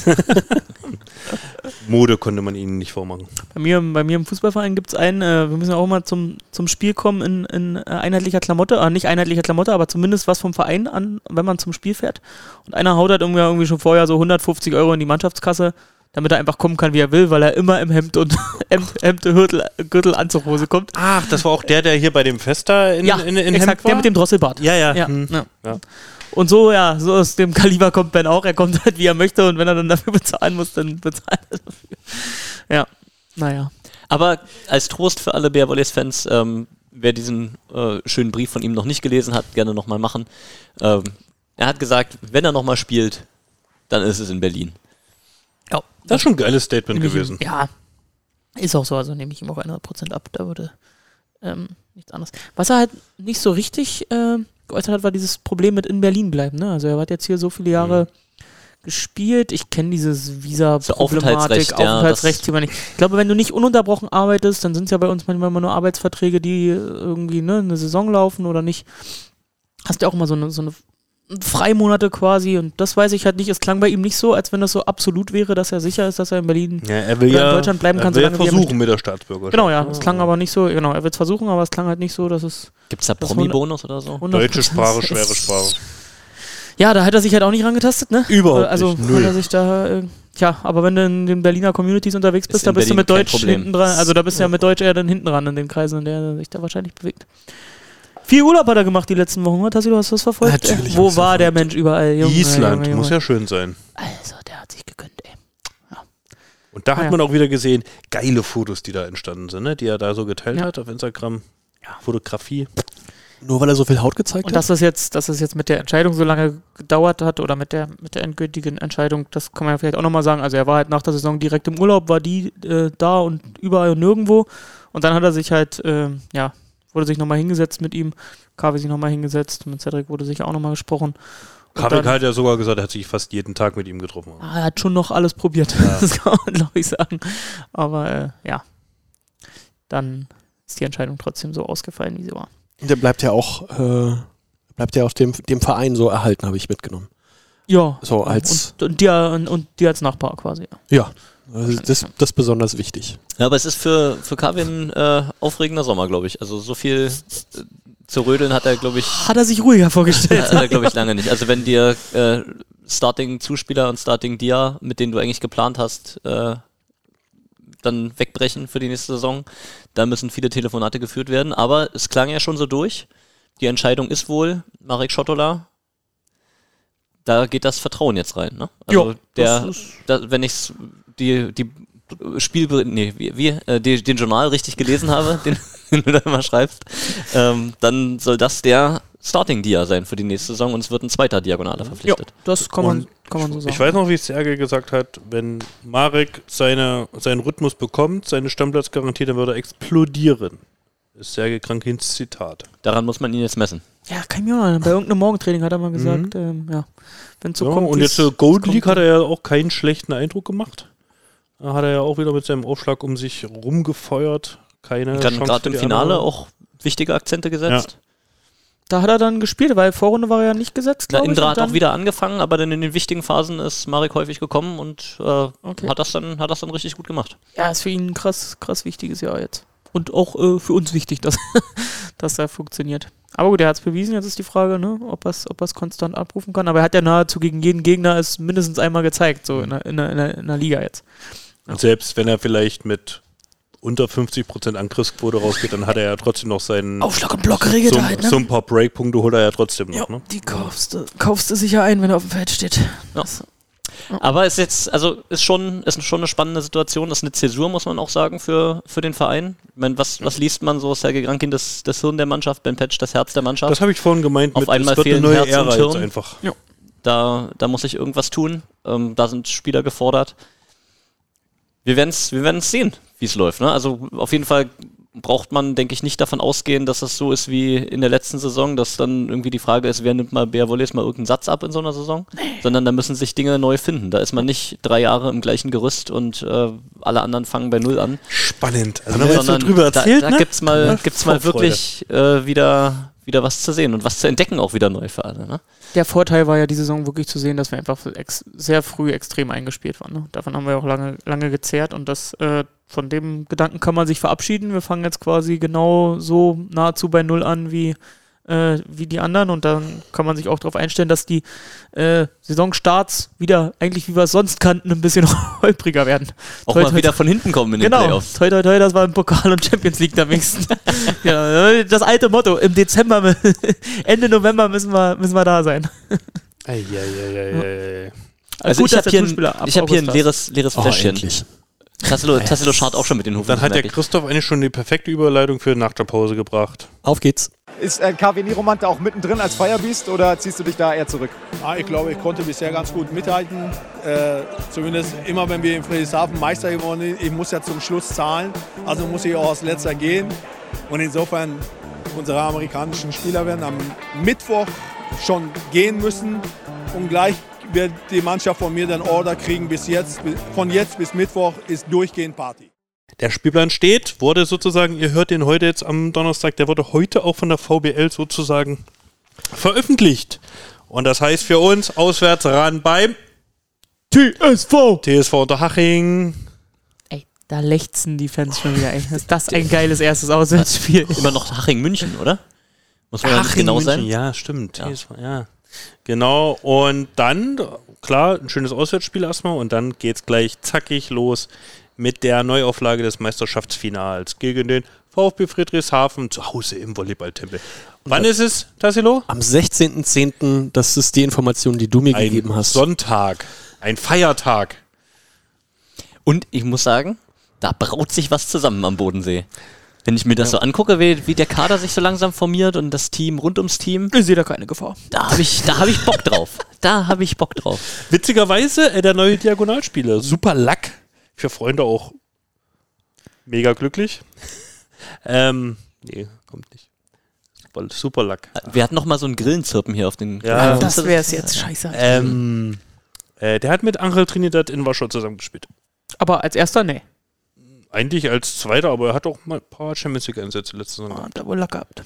Mode konnte man ihnen nicht vormachen. Bei mir, bei mir im Fußballverein gibt es einen, äh, wir müssen auch mal zum, zum Spiel kommen in, in äh, einheitlicher Klamotte, äh, nicht einheitlicher Klamotte, aber zumindest was vom Verein an, wenn man zum Spiel fährt. Und einer haut halt irgendwie, irgendwie schon vorher so hundertfünfzig Euro in die Mannschaftskasse, damit er einfach kommen kann, wie er will, weil er immer im Hemd und Hemd, Hemd Gürtel, Gürtel, Anzughose kommt. Ach, das war auch der, der hier bei dem Fest da in, Ja, in, in exakt, Hemd war? der mit dem Drosselbart. Ja, ja. Ja, Hm. ja. Ja. Und so, ja, so aus dem Kaliber kommt Ben auch. Er kommt halt, wie er möchte, und wenn er dann dafür bezahlen muss, dann bezahlt er dafür. Ja, naja. Aber als Trost für alle Bär Volleys-Fans, ähm, wer diesen äh, schönen Brief von ihm noch nicht gelesen hat, gerne nochmal machen. Ähm, er hat gesagt, wenn er nochmal spielt, dann ist es in Berlin. Ja, Das ist schon ein geiles Statement nehme ich gewesen. ihm- Ja, ist auch so, also nehme ich ihm auch hundert Prozent ab, da würde ähm, nichts anderes. Was er halt nicht so richtig äh, geäußert hat, war dieses Problem mit in Berlin bleiben, ne? Also er hat jetzt hier so viele Jahre Mhm. gespielt, ich kenne dieses Visa-Problematik, Aufenthaltsrecht, ja, Aufenthaltsrechtsthema nicht. Ich glaube, wenn du nicht ununterbrochen arbeitest, dann sind es ja bei uns manchmal immer nur Arbeitsverträge, die irgendwie ne, eine Saison laufen oder nicht. Hast ja auch immer so eine, so eine Freimonate quasi, und das weiß ich halt nicht. Es klang bei ihm nicht so, als wenn das so absolut wäre, dass er sicher ist, dass er in Berlin Ja, er will Oder in ja Deutschland bleiben kann, er will ja solange wie er versuchen mit der Staatsbürgerschaft. Genau, ja. Es klang aber nicht so, genau, er wird es versuchen, aber es klang halt nicht so, dass es Gibt es da Das Promi-Bonus oder so? hundert Deutsche Prozent Sprache, ist. schwere Sprache. Ja, da hat er sich halt auch nicht rangetastet, ne? Überhaupt Also, nicht, hat null. er sich da, äh, tja, aber wenn du in den Berliner Communities unterwegs bist, Ist da in bist du Berlin mit kein Deutsch Problem. hinten dran, also da bist du ja mit Deutsch eher dann hinten ran in den Kreisen, in der er sich da wahrscheinlich bewegt. Viel Urlaub hat er gemacht die letzten Wochen, Tassi, du hast das verfolgt? Natürlich Äh, hab Wo ich's war der verfolgt. Mensch überall? Junge, Island, Junge, Junge. muss ja schön sein. Also, der hat sich gegönnt, ey. Und da hat Ah, ja. man auch wieder gesehen, geile Fotos, die da entstanden sind, ne? Die er da so geteilt Ja. hat auf Instagram. Fotografie. Nur weil er so viel Haut gezeigt Und hat? dass das jetzt, dass das jetzt mit der Entscheidung so lange gedauert hat oder mit der mit der endgültigen Entscheidung, das kann man ja vielleicht auch nochmal sagen. Also er war halt nach der Saison direkt im Urlaub, war die äh, da und überall und nirgendwo. Und dann hat er sich halt, äh, ja, wurde sich nochmal hingesetzt mit ihm, Kavi sich nochmal hingesetzt, mit Cedric wurde sich auch nochmal gesprochen. Kavi hat ja sogar gesagt, er hat sich fast jeden Tag mit ihm getroffen. Ah, er hat schon noch alles probiert, ja. Das kann man glaube ich sagen. Aber äh, ja, dann ist die Entscheidung trotzdem so ausgefallen, wie sie war. Der bleibt ja auch, äh, bleibt ja auch dem, dem Verein so erhalten, habe ich mitgenommen. Ja. So als und, und, dir, und, und dir als Nachbar quasi. Ja, das, das, das ist besonders wichtig. Ja, aber es ist für, für Kavi ein äh, aufregender Sommer, glaube ich. Also so viel äh, zu rödeln hat er, glaube ich... Hat er sich ruhiger vorgestellt. Hat er, glaube ich, lange nicht. Also wenn dir äh, Starting-Zuspieler und Starting-Dia, mit denen du eigentlich geplant hast, äh, dann wegbrechen für die nächste Saison, da müssen viele Telefonate geführt werden. Aber es klang ja schon so durch. Die Entscheidung ist wohl Marek Schottola. Da geht das Vertrauen jetzt rein. Ne? Also jo, der, da, wenn ich die, die Spiel, nee, wie, wie äh, die, den Journal richtig gelesen habe, den, den du da immer schreibst, ähm, dann soll das der Starting-Dia sein für die nächste Saison und es wird ein zweiter Diagonaler verpflichtet. Ja, das kann man, kann man so sagen. Ich weiß noch, wie Sergej gesagt hat, wenn Marek seine, seinen Rhythmus bekommt, seine Stammplatzgarantie, dann wird er explodieren. Das ist Sergej Krankins Zitat. Daran muss man ihn jetzt messen. Ja, kann ich mir mal. Bei irgendeinem Morgentraining hat er mal gesagt, mhm. ähm, ja, wenn es so ja, kommt. Und jetzt äh, Golden League hat er ja auch keinen schlechten Eindruck gemacht. Da hat er ja auch wieder mit seinem Aufschlag um sich rumgefeuert. Keine Chance. Gerade im Finale andere. Auch wichtige Akzente gesetzt. Ja. Da hat er dann gespielt, weil Vorrunde war er ja nicht gesetzt, glaube ich. Indra hat auch wieder angefangen, aber dann in den wichtigen Phasen ist Marek häufig gekommen und äh, okay. hat, das dann, hat das dann richtig gut gemacht. Ja, ist für ihn ein krass, krass wichtiges Jahr jetzt. Und auch äh, für uns wichtig, dass, dass er funktioniert. Aber gut, er hat es bewiesen, jetzt ist die Frage, ne, ob er es ob konstant abrufen kann. Aber er hat ja nahezu gegen jeden Gegner es mindestens einmal gezeigt, so in der, in der, in der, in der Liga jetzt. Ja. Und selbst wenn er vielleicht mit unter fünfzig Prozent Angriffsquote rausgeht, dann hat er ja trotzdem noch seinen Aufschlag und Block regelt so, er halt, ne? So ein paar Breakpunkte holt er ja trotzdem noch, ja, ne? Die kaufst du, kaufst du sicher ein, wenn er auf dem Feld steht. Ja. Aber es ist jetzt, also ist schon, ist schon eine spannende Situation, das ist eine Zäsur, muss man auch sagen, für, für den Verein. Ich meine, was, was liest man so? Sergej Krankin, das, das Hirn der Mannschaft, Ben Petsch, das Herz der Mannschaft. Das habe ich vorhin gemeint, auf mit, einmal es wird fehlen eine neue Herz Ära und Hirn. jetzt einfach. Ja. Da, da muss sich irgendwas tun. Ähm, da sind Spieler gefordert. Wir werden es wir werden's sehen, wie es läuft. Ne? Also auf jeden Fall braucht man, denke ich, nicht davon ausgehen, dass es so ist wie in der letzten Saison, dass dann irgendwie die Frage ist, wer nimmt mal Bär Wolles mal irgendeinen Satz ab in so einer Saison, sondern da müssen sich Dinge neu finden. Da ist man nicht drei Jahre im gleichen Gerüst und äh, alle anderen fangen bei Null an. Spannend. Also haben wir jetzt drüber erzählt, da, da ne? gibt's mal, ja, gibt's mal wirklich äh, wieder, wieder was zu sehen und was zu entdecken auch wieder neu für alle. Ne? Der Vorteil war ja die Saison wirklich zu sehen, dass wir einfach ex- sehr früh extrem eingespielt waren. Ne? Davon haben wir auch lange, lange gezehrt und das äh, von dem Gedanken kann man sich verabschieden. Wir fangen jetzt quasi genau so nahezu bei Null an wie, äh, wie die anderen und dann kann man sich auch darauf einstellen, dass die äh, Saisonstarts wieder, eigentlich wie wir es sonst kannten, ein bisschen holpriger werden. Auch toi, mal toi, wieder von hinten kommen in den genau. Playoffs. Toi, toi, toi, das war im Pokal und Champions League am wenigsten. Ja, das alte Motto, im Dezember, Ende November müssen wir, müssen wir da sein. Eieieiei. Also gut, ich habe hier, ein, ich hab hier ein das. leeres, leeres Oh, Fläschchen. endlich. Tassilo, Tassilo schaut auch schon mit den Hufen. Dann hat der Christoph eigentlich schon die perfekte Überleitung für nach der Pause gebracht. Auf geht's. Ist äh, K W Niromante auch mittendrin als Firebeast oder ziehst du dich da eher zurück? Ah, ich glaube, ich konnte bisher ganz gut mithalten. Äh, zumindest immer, wenn wir in Friedrichshafen Meister geworden sind. Ich muss ja zum Schluss zahlen, also muss ich auch als Letzter gehen. Und insofern, unsere amerikanischen Spieler werden am Mittwoch schon gehen müssen. Und gleich wird die Mannschaft von mir dann Order kriegen. Bis jetzt, von jetzt bis Mittwoch ist durchgehend Party. Der Spielplan steht, wurde sozusagen, ihr hört den heute jetzt am Donnerstag, der wurde heute auch von der V B L sozusagen veröffentlicht. Und das heißt für uns, auswärts ran beim T S V. T S V Unterhaching. Ey, da lechzen die Fans schon wieder. Ey. Ist das ein geiles erstes Auswärtsspiel? Immer noch Haching-München, oder? Muss man ja nicht genau sein? Ja, stimmt. Ja. T S V, ja. Genau, und dann, klar, ein schönes Auswärtsspiel erstmal und dann geht's gleich zackig los mit der Neuauflage des Meisterschaftsfinals gegen den VfB Friedrichshafen zu Hause im Volleyballtempel. Wann ist es, Tassilo? Am sechzehnten zehnten Das ist die Information, die du mir ein gegeben hast. Sonntag, ein Feiertag. Und ich muss sagen, da braut sich was zusammen am Bodensee. wenn ich mir das so angucke, wie, wie der Kader sich so langsam formiert und das Team rund ums Team. Ich sehe da keine Gefahr. Da habe ich, da hab ich Bock drauf. Da habe ich Bock drauf. Witzigerweise, äh, der neue Diagonalspieler, super Lack. Für Freunde auch mega glücklich. ähm, nee, kommt nicht. Super, super Lack. Wir hatten noch mal so einen Grillenzirpen hier auf den... Ja, Ah, das wäre es jetzt, scheiße. Ähm, äh, der hat mit Angel Trinidad in Warschau zusammengespielt. Aber als erster, nee. Eigentlich als Zweiter, aber er hat auch mal ein paar Champions League-Einsätze letzte Saison Ah, gehabt. hat er wohl Lack gehabt.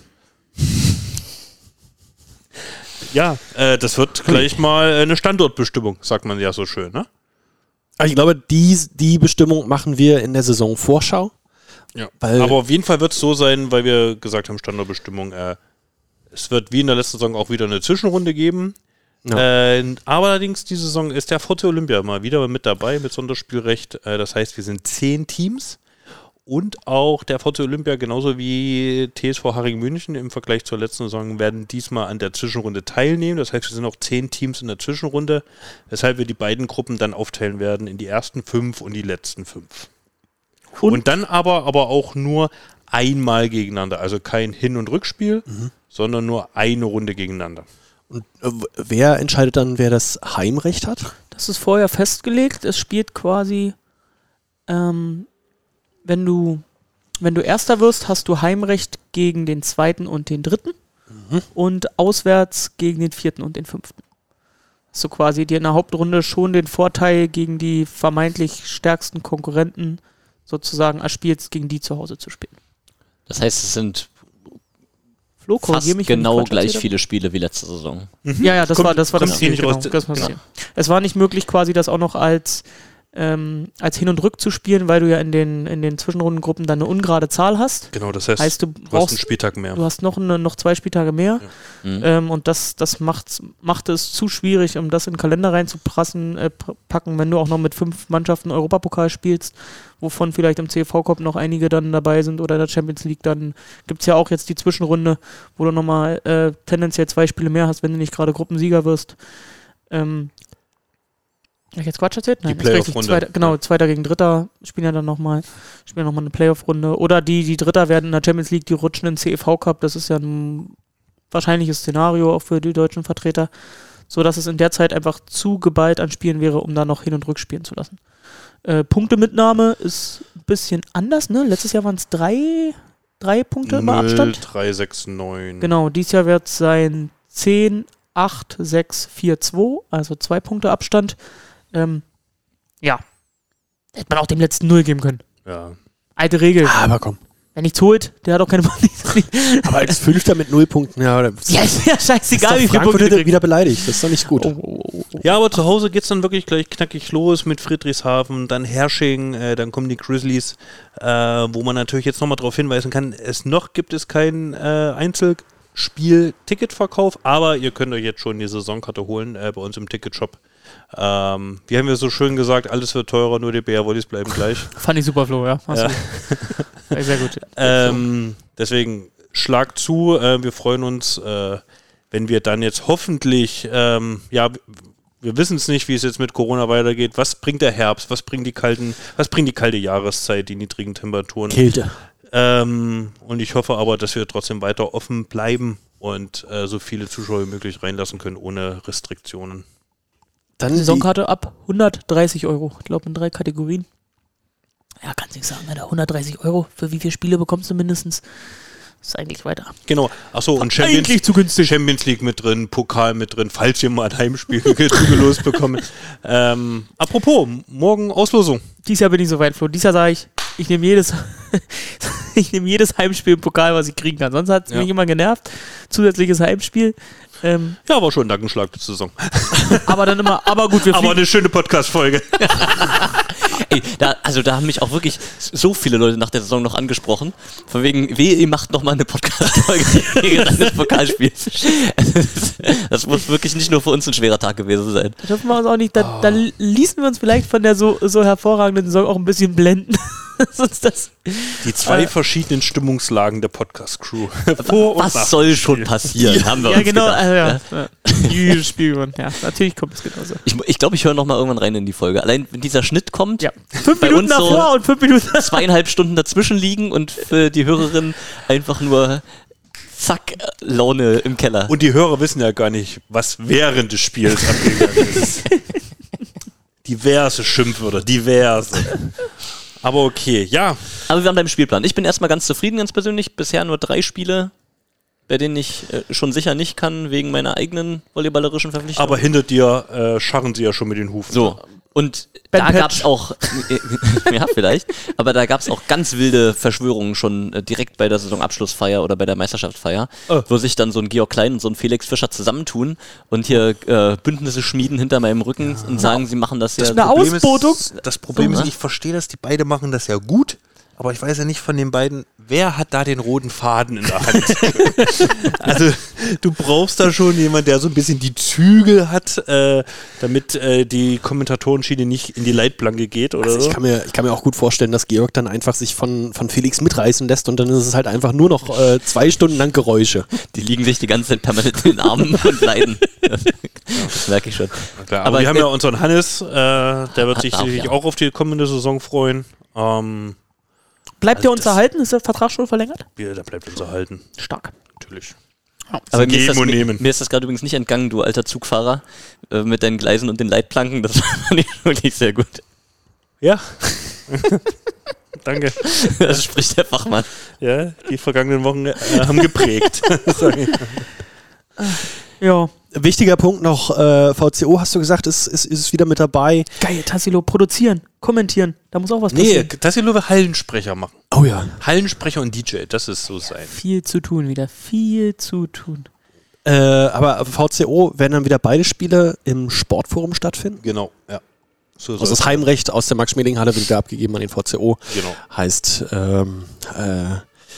Ja, äh, das wird gleich mal eine Standortbestimmung, sagt man ja so schön, ne? Aber ich glaube, die, die Bestimmung machen wir in der Saisonvorschau. Ja. Weil Aber auf jeden Fall wird es so sein, weil wir gesagt haben, Standortbestimmung, äh, es wird wie in der letzten Saison auch wieder eine Zwischenrunde geben. Ja. Äh, aber allerdings diese Saison ist der Forte Olympia mal wieder mit dabei mit Sonderspielrecht. Äh, das heißt, wir sind zehn Teams und auch der Forte Olympia genauso wie T S V Haring München im Vergleich zur letzten Saison werden diesmal an der Zwischenrunde teilnehmen. Das heißt, wir sind auch zehn Teams in der Zwischenrunde, weshalb wir die beiden Gruppen dann aufteilen werden in die ersten fünf und die letzten fünf. Und, und dann aber, aber auch nur einmal gegeneinander, also kein Hin- und Rückspiel, mhm. sondern nur eine Runde gegeneinander. Und äh, wer entscheidet dann, wer das Heimrecht hat? Das ist vorher festgelegt. Es spielt quasi, ähm, wenn du, wenn du Erster wirst, hast du Heimrecht gegen den Zweiten und den Dritten mhm. und auswärts gegen den Vierten und den Fünften. Hast du quasi dir in der Hauptrunde schon den Vorteil gegen die vermeintlich stärksten Konkurrenten sozusagen erspielst, gegen die zu Hause zu spielen. Das heißt, es sind Flo, fast mich, genau gleich viele Spiele wie letzte Saison. Mhm. Ja, ja, das kommt, war das, war das Ziel. Nicht Genau, raus. das war das Genau. Ziel. Es war nicht möglich, quasi das auch noch als, ähm, als Hin- und Rück zu spielen, weil du ja in den, in den Zwischenrundengruppen dann eine ungerade Zahl hast. Genau, das heißt, heißt du, du hast brauchst, einen Spieltag mehr. Du hast noch, eine, noch zwei Spieltage mehr. Ja. Mhm. Ähm, und das, das macht, macht es zu schwierig, um das in den Kalender reinzupacken, äh, packen, wenn du auch noch mit fünf Mannschaften Europapokal spielst, wovon vielleicht im C V-Cup noch einige dann dabei sind oder in der Champions League. Dann gibt es ja auch jetzt die Zwischenrunde, wo du nochmal äh, tendenziell zwei Spiele mehr hast, wenn du nicht gerade Gruppensieger wirst. Ähm, Hab ich jetzt Quatsch erzählt? Nein, die Playoff-Runde. Zweiter, genau, Zweiter gegen Dritter spielen ja dann nochmal spielen noch mal eine Playoff-Runde. Oder die, die Dritter werden in der Champions League, die rutschen in den C E V-Cup. Das ist ja ein wahrscheinliches Szenario auch für die deutschen Vertreter. So dass es in der Zeit einfach zu geballt an Spielen wäre, um da noch Hin- und Rückspielen zu lassen. Äh, Punktemitnahme ist ein bisschen anders, ne? Letztes Jahr waren es drei, drei Punkte im Abstand. drei, sechs, neun. Genau, dieses Jahr wird es sein zehn, acht, sechs, vier, zwei, also zwei Punkte Abstand. Ähm, ja. Hätte man auch dem letzten Null geben können. Ja. Alte Regel. Aber komm. Wer nichts holt, der hat auch keine Punkte. Aber als Fünfter mit null Punkten, ja, Ja, ist ja scheißegal, wie viele Frankfurt Punkte du kriegst. wieder beleidigt. Das ist doch nicht gut. Oh, oh, oh, oh. Ja, aber zu Hause geht es dann wirklich gleich knackig los mit Friedrichshafen, dann Hersching, äh, dann kommen die Grizzlies, äh, wo man natürlich jetzt nochmal darauf hinweisen kann, es noch gibt es keinen äh, Einzelspiel-Ticketverkauf, aber ihr könnt euch jetzt schon die Saisonkarte holen äh, bei uns im Ticketshop. Ähm, wie haben wir so schön gesagt, alles wird teurer, nur die B R-Volleys bleiben gleich. Fand ich super, Flo, ja. Hast Ja. du. Sehr gut. Ähm, deswegen schlag zu, äh, wir freuen uns, äh, wenn wir dann jetzt hoffentlich, ähm, ja, wir wissen es nicht, wie es jetzt mit Corona weitergeht. Was bringt der Herbst? Was bringt die kalten, was bringt die kalte Jahreszeit, die niedrigen Temperaturen? Kälte. Ähm, und ich hoffe aber, dass wir trotzdem weiter offen bleiben und äh, so viele Zuschauer wie möglich reinlassen können, ohne Restriktionen. Dann Saisonkarte ab hundertdreißig Euro. Ich glaube in drei Kategorien. Ja, kannst nicht sagen, Alter. hundertdreißig Euro. Für wie viele Spiele bekommst du mindestens? Das ist eigentlich weiter. Genau. Achso, und Champions, Eigentlich zu günstig. Champions League mit drin, Pokal mit drin, falls ihr mal ein Heimspiel zugelost bekommt. Ähm, apropos, morgen Auslosung. Dieses Jahr bin ich so weit, Flo. Dieses Jahr sage ich, ich nehme jedes, ich nehme jedes Heimspiel im Pokal, was ich kriegen kann. Sonst hat es Ja. mich immer genervt. Zusätzliches Heimspiel. Ähm, Ja, war schon ein Nackenschlag die Saison. aber dann immer, aber gut, wir Aber fliegen. eine schöne Podcast-Folge. Ey, da, also da haben mich auch wirklich so viele Leute nach der Saison noch angesprochen. Von wegen, wehe, ihr macht nochmal eine Podcast-Folge gegen das Pokalspiel. Das muss wirklich nicht nur für uns ein schwerer Tag gewesen sein. Das dürfen wir uns auch nicht, da, da ließen wir uns vielleicht von der so, so hervorragenden Saison auch ein bisschen blenden. Sonst das. Die zwei Äh, verschiedenen Stimmungslagen der Podcast-Crew. Vor und nach Was soll dem schon Spiel. passieren, haben wir Ja, uns genau. gedacht. ja, ja. ja. Dieses Spiel, Mann. Ja, natürlich kommt es genauso. Ich glaube, ich, glaub, ich höre nochmal irgendwann rein in die Folge. Allein, wenn dieser Schnitt kommt, ja. fünf bei Minuten uns davor so und fünf Minuten zweieinhalb Stunden dazwischen liegen und für die Hörerin einfach nur zack, Laune im Keller. Und die Hörer wissen ja gar nicht, was während des Spiels abgegangen ist. Diverse Schimpfwörter, diverse. Aber okay, ja. Aber wir haben deinen Spielplan. Ich bin erstmal ganz zufrieden, ganz persönlich. Bisher nur drei Spiele, bei denen ich äh, schon sicher nicht kann, wegen meiner eigenen volleyballerischen Verpflichtung. Aber hinter dir äh, scharren sie ja schon mit den Hufen. So. Und Ben da Patch. gab es auch, ja vielleicht, aber da gab es auch ganz wilde Verschwörungen schon äh, direkt bei der Saisonabschlussfeier oder bei der Meisterschaftsfeier, oh. wo sich dann so ein Georg Klein und so ein Felix Fischer zusammentun und hier äh, Bündnisse schmieden hinter meinem Rücken ja. und sagen, sie machen das ja. Das ist eine Ausbotung. Ist, das Problem so, ist, ich verstehe das, die beide machen das ja gut. Aber ich weiß ja nicht von den beiden, wer hat da den roten Faden in der Hand? Also du brauchst da schon jemanden, der so ein bisschen die Zügel hat, äh, damit äh, die Kommentatorenschiene nicht in die Leitplanke geht oder also ich so. Kann mir, ich kann mir auch gut vorstellen, dass Georg dann einfach sich von, von Felix mitreißen lässt und dann ist es halt einfach nur noch äh, zwei Stunden lang Geräusche. Die liegen sich die ganze Zeit permanent in den Armen und leiden. Das merke ich schon. Klar, aber, aber wir haben ja unseren Hannes, äh, der wird sich sicherlich ja. auch auf die kommende Saison freuen. Ähm, Bleibt also der uns erhalten? Ist der Vertrag schon verlängert? Ja, der bleibt uns erhalten. Stark. Natürlich. Aber mir ist, das, und mir, nehmen. mir ist das gerade übrigens nicht entgangen, du alter Zugfahrer, äh, mit deinen Gleisen und den Leitplanken. Das fand ich wirklich sehr gut. Ja. Danke. Das spricht der Fachmann. Ja, die vergangenen Wochen äh, haben geprägt. Ja. Wichtiger Punkt noch, äh, V C O hast du gesagt, ist, ist, ist wieder mit dabei. Geil, Tassilo, produzieren, kommentieren, da muss auch was nee, passieren. Nee, Tassilo will Hallensprecher machen. Oh ja. Hallensprecher und D J, das ist so sein. Viel zu tun wieder, viel zu tun. Äh, aber V C O werden dann wieder beide Spiele im Sportforum stattfinden? Genau, ja. So also das Heimrecht aus der Max-Schmeling-Halle wird wieder abgegeben an den V C O. Genau. Heißt, ähm, äh,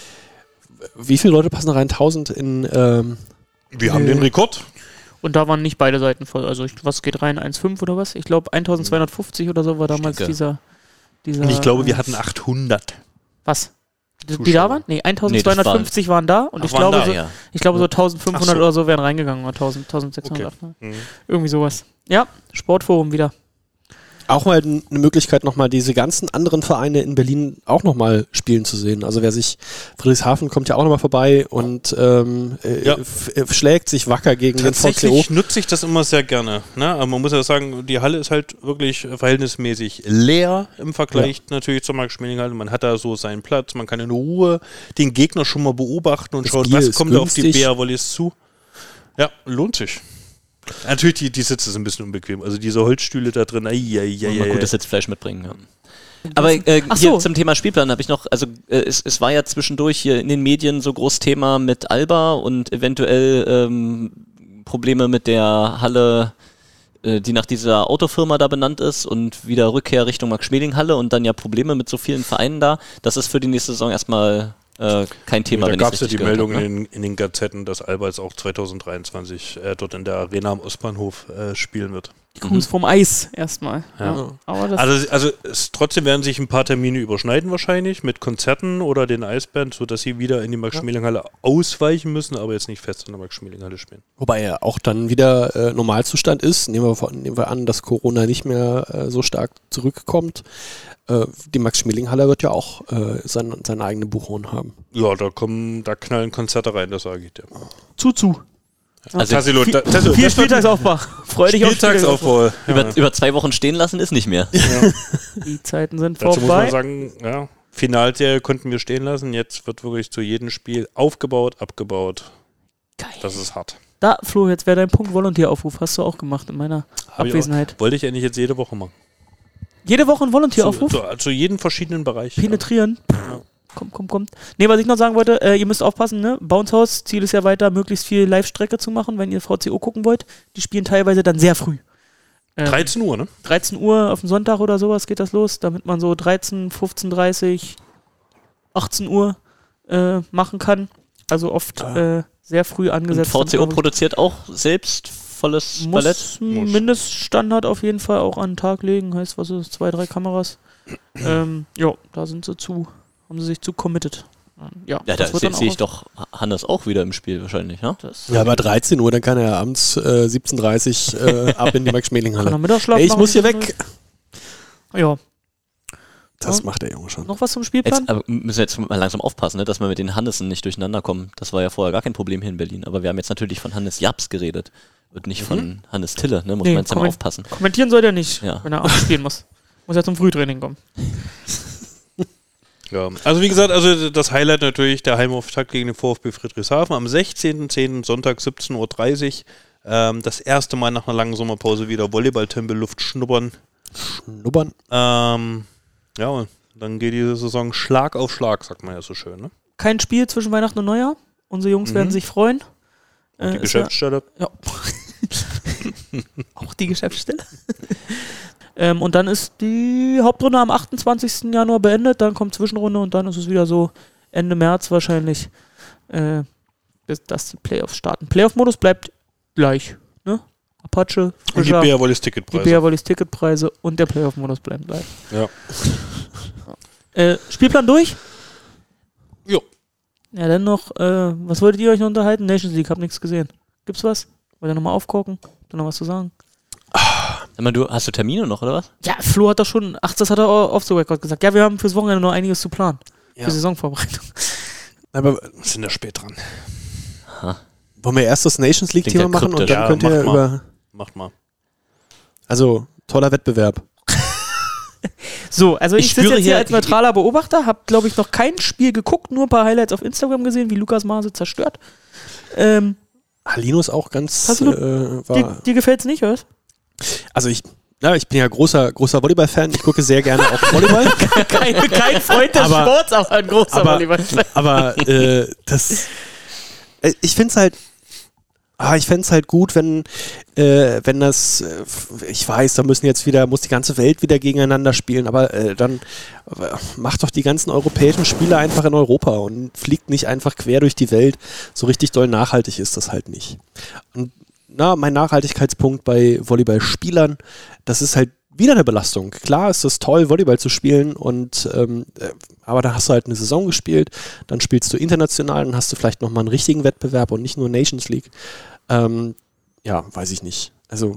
wie viele Leute passen da rein? tausend in... Ähm, Wir äh, haben den Rekord. Und da waren nicht beide Seiten voll. Also ich, was geht rein? eins Komma fünf oder was? Ich glaube eintausendzweihundertfünfzig oder so war damals dieser, dieser... Und ich glaube, wir hatten achthundert. Was? Die, die da waren? Nee, eintausendzweihundertfünfzig nee, waren da und Ach, ich, glaube, da, so, ja. ich glaube so eintausendfünfhundert so. oder so wären reingegangen oder tausend, eintausendsechshundert. Okay. Mhm. Irgendwie sowas. Ja, Sportforum wieder. Auch mal eine Möglichkeit, nochmal diese ganzen anderen Vereine in Berlin auch nochmal spielen zu sehen. Also wer sich, Friedrichshafen kommt ja auch nochmal vorbei und ähm, ja. f- schlägt sich wacker gegen den V C O. Tatsächlich nutze ich das immer sehr gerne. Ne? Aber man muss ja sagen, die Halle ist halt wirklich verhältnismäßig leer im Vergleich ja. natürlich zur Max-Schmeling-Halle. Man hat da so seinen Platz, man kann in Ruhe den Gegner schon mal beobachten und das schauen, was kommt da auf die B R Volleys zu. Ja, lohnt sich. Natürlich, die, die Sitze sind ein bisschen unbequem. Also diese Holzstühle da drin, ai, ai, ai, mal gutes Sitzfleisch mitbringen, ja. Aber äh, Ach hier so. zum Thema Spielplan habe ich noch, also äh, es, es war ja zwischendurch hier in den Medien so groß Thema mit Alba und eventuell ähm, Probleme mit der Halle, äh, die nach dieser Autofirma da benannt ist und wieder Rückkehr Richtung Max-Schmeling-Halle und dann ja Probleme mit so vielen Vereinen da. Das ist für die nächste Saison erstmal äh, kein Thema. Ja, da gab es ja die Meldung hab, ne? in, in den Gazetten, dass Alba jetzt auch zwanzig dreiundzwanzig äh, dort in der Arena am Ostbahnhof äh, spielen wird. Die Kuh ist vom Eis erstmal. Ja. Ja. Aber das also also es, trotzdem werden sich ein paar Termine überschneiden wahrscheinlich mit Konzerten oder den Eisband, sodass sie wieder in die Max-Schmeling-Halle ja. ausweichen müssen, aber jetzt nicht fest in der Max-Schmeling-Halle spielen. Wobei ja auch dann wieder äh, Normalzustand ist. Nehmen wir, nehmen wir an, dass Corona nicht mehr äh, so stark zurückkommt. Äh, die Max-Schmeling-Halle wird ja auch äh, sein, seine eigene Buchung haben. Ja, da kommen, da knallen Konzerte rein, das sage ich dir. Zu, zu. Also Tassilo, vier, Tassilo, vier Spieltagsaufbau. Freu dich auf Spieltagsaufbau. Ja. Über, über zwei Wochen stehen lassen ist nicht mehr. Ja. Die Zeiten sind Dazu vorbei. muss man sagen, ja, Finalserie konnten wir stehen lassen. Jetzt wird wirklich zu jedem Spiel aufgebaut, abgebaut. Geil. Das ist hart. Da, Flo, jetzt wäre dein Punkt Volontieraufruf. Hast du auch gemacht in meiner Hab Abwesenheit. Auch, wollte ich eigentlich jetzt jede Woche machen. Jede Woche ein Volontieraufruf? Zu, zu, zu jedem verschiedenen Bereich. Penetrieren. Ja. Komm, komm, komm. Ne, was ich noch sagen wollte, äh, ihr müsst aufpassen, ne? Bounce House, Ziel ist ja weiter, möglichst viel Live-Strecke zu machen, wenn ihr V C O gucken wollt. Die spielen teilweise dann sehr früh. Ähm, dreizehn Uhr, ne? dreizehn Uhr auf dem Sonntag oder sowas geht das los, damit man so dreizehn, fünfzehn, dreißig, achtzehn Uhr äh, machen kann. Also oft äh, sehr früh angesetzt. Und V C O produziert auch selbst volles muss Ballett? Muss Mindeststandard auf jeden Fall auch an den Tag legen. Heißt, was ist, zwei, drei Kameras. ähm, ja, da sind sie zu, haben sie sich zu committed. Ja, Ja, da das wird sehe dann seh auch- ich doch Hannes auch wieder im Spiel wahrscheinlich, ne? Das Ja, aber dreizehn Uhr, dann kann er abends äh, siebzehn Uhr dreißig äh, ab in die kann er Max-Schmeling-Halle. Mittagsschlaf Ey, ich machen, muss hier die weg. Ja, Das Ja. macht der Junge schon. noch was zum Spielplan? Jetzt, aber müssen wir jetzt mal langsam aufpassen, ne, dass wir mit den Hannessen nicht durcheinander kommen. Das war ja vorher gar kein Problem hier in Berlin. Aber wir haben jetzt natürlich von Hannes Japs geredet und nicht von Hannes Tille. Ne? Muss Nee, man jetzt ja mal komment- aufpassen. Kommentieren soll der nicht, Ja. wenn er abends spielen muss. Muss ja zum Frühtraining kommen. Ja, also wie gesagt, also das Highlight natürlich der Heimauftakt gegen den VfB Friedrichshafen am sechzehnten zehnten Sonntag siebzehn Uhr dreißig. Ähm, das erste Mal nach einer langen Sommerpause wieder Volleyball-Tempel-Luft schnuppern. Schnuppern. Ähm, ja, und dann geht diese Saison Schlag auf Schlag, sagt man ja so schön. Ne? Kein Spiel zwischen Weihnachten und Neujahr. Unsere Jungs Mhm. werden sich freuen. Die Äh, ist Geschäftsstelle. Ja, ja. Auch die Geschäftsstelle. ähm, und dann ist die Hauptrunde am achtundzwanzigsten Januar beendet. Dann kommt Zwischenrunde und dann ist es wieder so Ende März wahrscheinlich, äh, bis dass die Playoffs starten. Playoff-Modus bleibt gleich. Ne? Apache, Und die Frischer, Bär Wallis die Ticketpreise. Bär Wallis Ticketpreise und der Playoff-Modus bleiben gleich. Ja. Äh, Spielplan durch? Jo. Ja, dann noch, äh, was wolltet ihr euch noch unterhalten? Nations League, hab nichts gesehen. Gibt's was? Wollt ihr nochmal aufgucken? Habt ihr noch was zu sagen? Sag mal, du, hast du Termine noch, oder was? Ja, Flo hat doch schon, ach, das hat er off the record gesagt. Ja, wir haben fürs Wochenende noch einiges zu planen. Ja. Für Saisonvorbereitung. Aber Wir sind ja spät dran. wollen wir erst das Nations Klingt League-Thema ja machen und kryptisch. dann Ja, könnt mach ihr mal. über. Macht mal. Also, toller Wettbewerb. So, also ich, Ich sitze spüre jetzt hier hier- als neutraler Beobachter, hab, glaube ich, noch kein Spiel geguckt, nur ein paar Highlights auf Instagram gesehen, wie Lukas Maase zerstört. Ähm, Halino ist auch ganz. Hast du- Äh, war, dir, dir gefällt's nicht, oder? also, ich. Ja, ich bin ja großer, großer Volleyball-Fan. Ich gucke sehr gerne auch Volleyball. kein, kein Freund des Aber- Sports, aber ein großer aber- Volleyball-Fan. Aber äh, das. Äh, ich finde es halt. Ah, ich fände es halt gut, wenn, äh, wenn das, äh, ich weiß, da müssen jetzt wieder, muss die ganze Welt wieder gegeneinander spielen, aber äh, dann äh, macht doch die ganzen europäischen Spiele einfach in Europa und fliegt nicht einfach quer durch die Welt. So richtig doll nachhaltig ist das halt nicht. Und na, mein Nachhaltigkeitspunkt bei Volleyballspielern, das ist halt wieder eine Belastung. Klar ist es toll, Volleyball zu spielen, und ähm, äh, aber da hast du halt eine Saison gespielt, dann spielst du international, dann hast du vielleicht nochmal einen richtigen Wettbewerb und nicht nur Nations League. Ähm, ja, weiß ich nicht. Also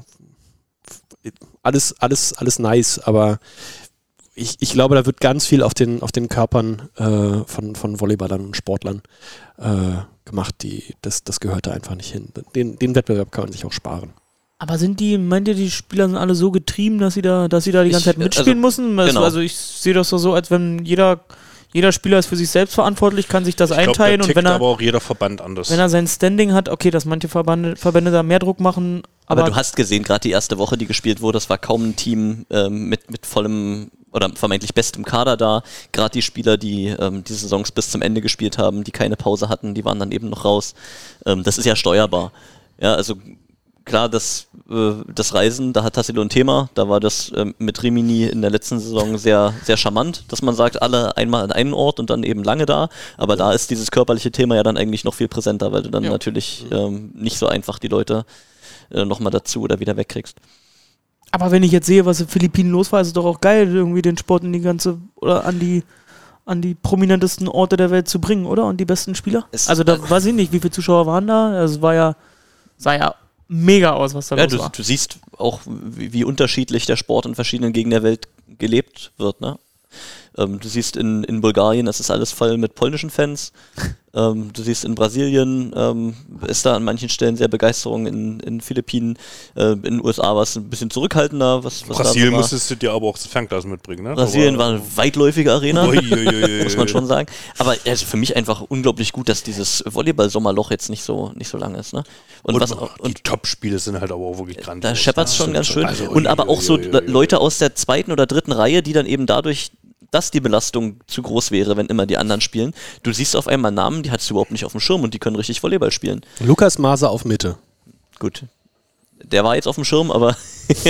f- alles, alles, alles nice, aber ich, ich glaube, da wird ganz viel auf den, auf den Körpern äh, von, von Volleyballern und Sportlern äh, gemacht, die, das, das gehört da einfach nicht hin. Den, den Wettbewerb kann man sich auch sparen. Aber sind die, meint ihr, die Spieler sind alle so getrieben, dass sie da, dass sie da die ganze Ich- Zeit mitspielen also, müssen? Also, genau. also ich sehe das so, so, als wenn jeder, jeder Spieler ist für sich selbst verantwortlich, kann sich das Ich glaub, einteilen, da und tickt wenn er, aber auch jeder Verband anders. wenn er sein Standing hat, okay, dass manche Verbände, Verbände da mehr Druck machen, Aber, aber, du hast gesehen, gerade die erste Woche, die gespielt wurde, das war kaum ein Team ähm, mit, mit vollem oder vermeintlich bestem Kader da. Gerade die Spieler, die ähm, die Saisons bis zum Ende gespielt haben, die keine Pause hatten, die waren dann eben noch raus. Ähm, das ist ja steuerbar. Ja, also klar, das, äh, das Reisen, da hat Tassilo ein Thema. Da war das ähm, mit Rimini in der letzten Saison sehr, sehr charmant, dass man sagt, alle einmal an einen Ort und dann eben lange da. Aber da ist dieses körperliche Thema ja dann eigentlich noch viel präsenter, weil du dann Ja. natürlich ähm, nicht so einfach die Leute äh, nochmal dazu oder wieder wegkriegst. aber wenn ich jetzt sehe, was in Philippinen los war, ist es doch auch geil, irgendwie den Sport in die ganze, oder an die, an die prominentesten Orte der Welt zu bringen, oder? Und die besten Spieler? Es- also da weiß ich nicht, wie viele Zuschauer waren da? Also es war ja, sah ja mega aus, was da Ja, los du, war. du siehst auch, wie, wie unterschiedlich der Sport in verschiedenen Gegenden der Welt gelebt wird. Ne? Ähm, du siehst in, in Bulgarien, das ist alles voll mit polnischen Fans. ähm, du siehst in Brasilien, ähm, ist da an manchen Stellen sehr Begeisterung. In in Philippinen, äh, in den U S A war es ein bisschen zurückhaltender. Was, was Brasilien da so war. musstest du dir aber auch das Fernglas mitbringen, ne? Brasilien war eine weitläufige Arena. Ui, ui, ui, ui. Muss man schon sagen. Aber also für mich einfach unglaublich gut, dass dieses Volleyball-Sommerloch jetzt nicht so, nicht so lang ist. Ne? Und, Und, was, die und Top-Spiele sind halt aber auch wirklich grandios. da scheppert es ne? schon ganz schön. Also, und ui, aber auch so ui, ui, ui. Leute aus der zweiten oder dritten Reihe, die dann eben dadurch, dass die Belastung zu groß wäre, wenn immer die anderen spielen, du siehst auf einmal Namen, die hast du überhaupt nicht auf dem Schirm und die können richtig Volleyball spielen. Lukas Maser auf Mitte. Gut. der war jetzt auf dem Schirm, aber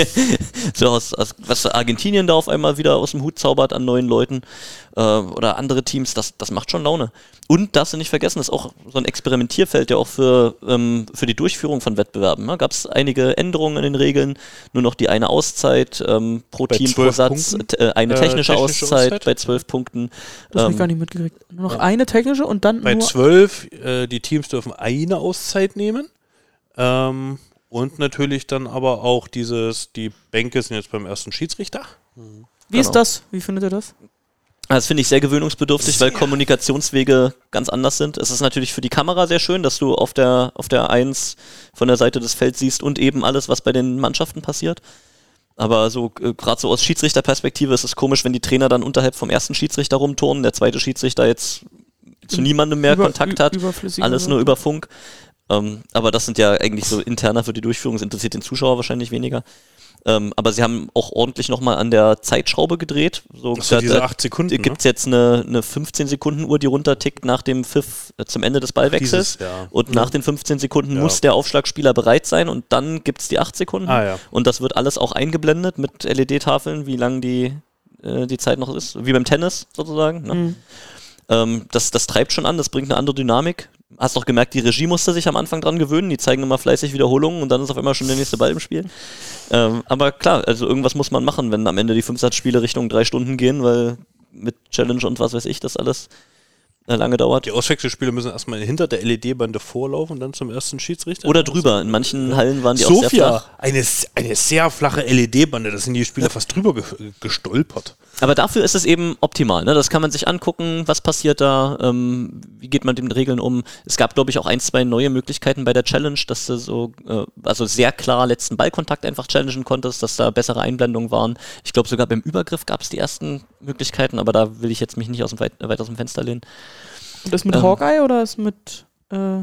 so aus, aus, was Argentinien da auf einmal wieder aus dem Hut zaubert an neuen Leuten äh, oder andere Teams, das, das macht schon Laune. Und darfst du nicht vergessen, das ist auch so ein Experimentierfeld, ja auch für, ähm, für die Durchführung von Wettbewerben. Ne? Gab es einige Änderungen in den Regeln, nur noch die eine Auszeit ähm, pro Bei Team, pro Satz, Punkten? äh, eine Äh, technische, technische Auszeit, Auszeit? bei zwölf Punkten. Das hab ich Ähm, gar nicht mitgekriegt. Nur noch eine technische und dann Bei nur... zwölf, äh, die Teams dürfen eine Auszeit nehmen. Ähm, und natürlich dann aber auch dieses, die Bänke sind jetzt beim ersten Schiedsrichter. Wie ist genau. das? Wie findet ihr das? Das finde ich sehr gewöhnungsbedürftig, weil Kommunikationswege ganz anders sind. Es ist natürlich für die Kamera sehr schön, dass du auf der auf der eins von der Seite des Felds siehst und eben alles, was bei den Mannschaften passiert. Aber so äh, gerade so aus Schiedsrichterperspektive ist es komisch, wenn die Trainer dann unterhalb vom ersten Schiedsrichter rumturnen, der zweite Schiedsrichter jetzt zu niemandem mehr Über- Kontakt ü- hat, überflüssig alles oder nur so. über Funk. Ähm, aber das sind ja eigentlich so interner für die Durchführung, das interessiert den Zuschauer wahrscheinlich weniger. Ähm, aber sie haben auch ordentlich nochmal an der Zeitschraube gedreht. So, Das sind diese acht Sekunden, Da gibt es jetzt eine, eine fünfzehn-Sekunden-Uhr, die runtertickt nach dem Pfiff äh, zum Ende des Ballwechsels. Dieses, ja. Und Mhm. nach den fünfzehn Sekunden Ja. muss der Aufschlagspieler bereit sein und dann gibt es die acht Sekunden. Ah, ja. Und das wird alles auch eingeblendet mit L E D-Tafeln, wie lang die, äh, die Zeit noch ist. Wie beim Tennis sozusagen. Ne? Mhm. Ähm, das, das treibt schon an, das bringt eine andere Dynamik. Hast doch gemerkt, die Regie musste sich am Anfang dran gewöhnen, die zeigen immer fleißig Wiederholungen und dann ist auf einmal schon der nächste Ball im Spiel. Ähm, aber klar, also irgendwas muss man machen, wenn am Ende die Fünfsatzspiele Richtung drei Stunden gehen, weil mit Challenge und was weiß ich, das alles äh, lange dauert. Die Auswechselspieler müssen erstmal hinter der L E D-Bande vorlaufen und dann zum ersten Schiedsrichter. Oder drüber, in manchen Hallen waren die auch sehr Sofia, flach. eine, eine sehr flache L E D-Bande, da sind die Spieler fast drüber ge gestolpert. Aber dafür ist es eben optimal. Ne? Das kann man sich angucken, was passiert da, ähm, wie geht man mit den Regeln um. Es gab, glaube ich, auch ein, zwei neue Möglichkeiten bei der Challenge, dass du so, äh, also sehr klar letzten Ballkontakt einfach challengen konntest, dass da bessere Einblendungen waren. Ich glaube, sogar beim Übergriff gab es die ersten Möglichkeiten, aber da will ich jetzt mich nicht aus dem weit, weit aus dem Fenster lehnen. Und ist mit Ähm. Hawkeye oder ist mit, äh,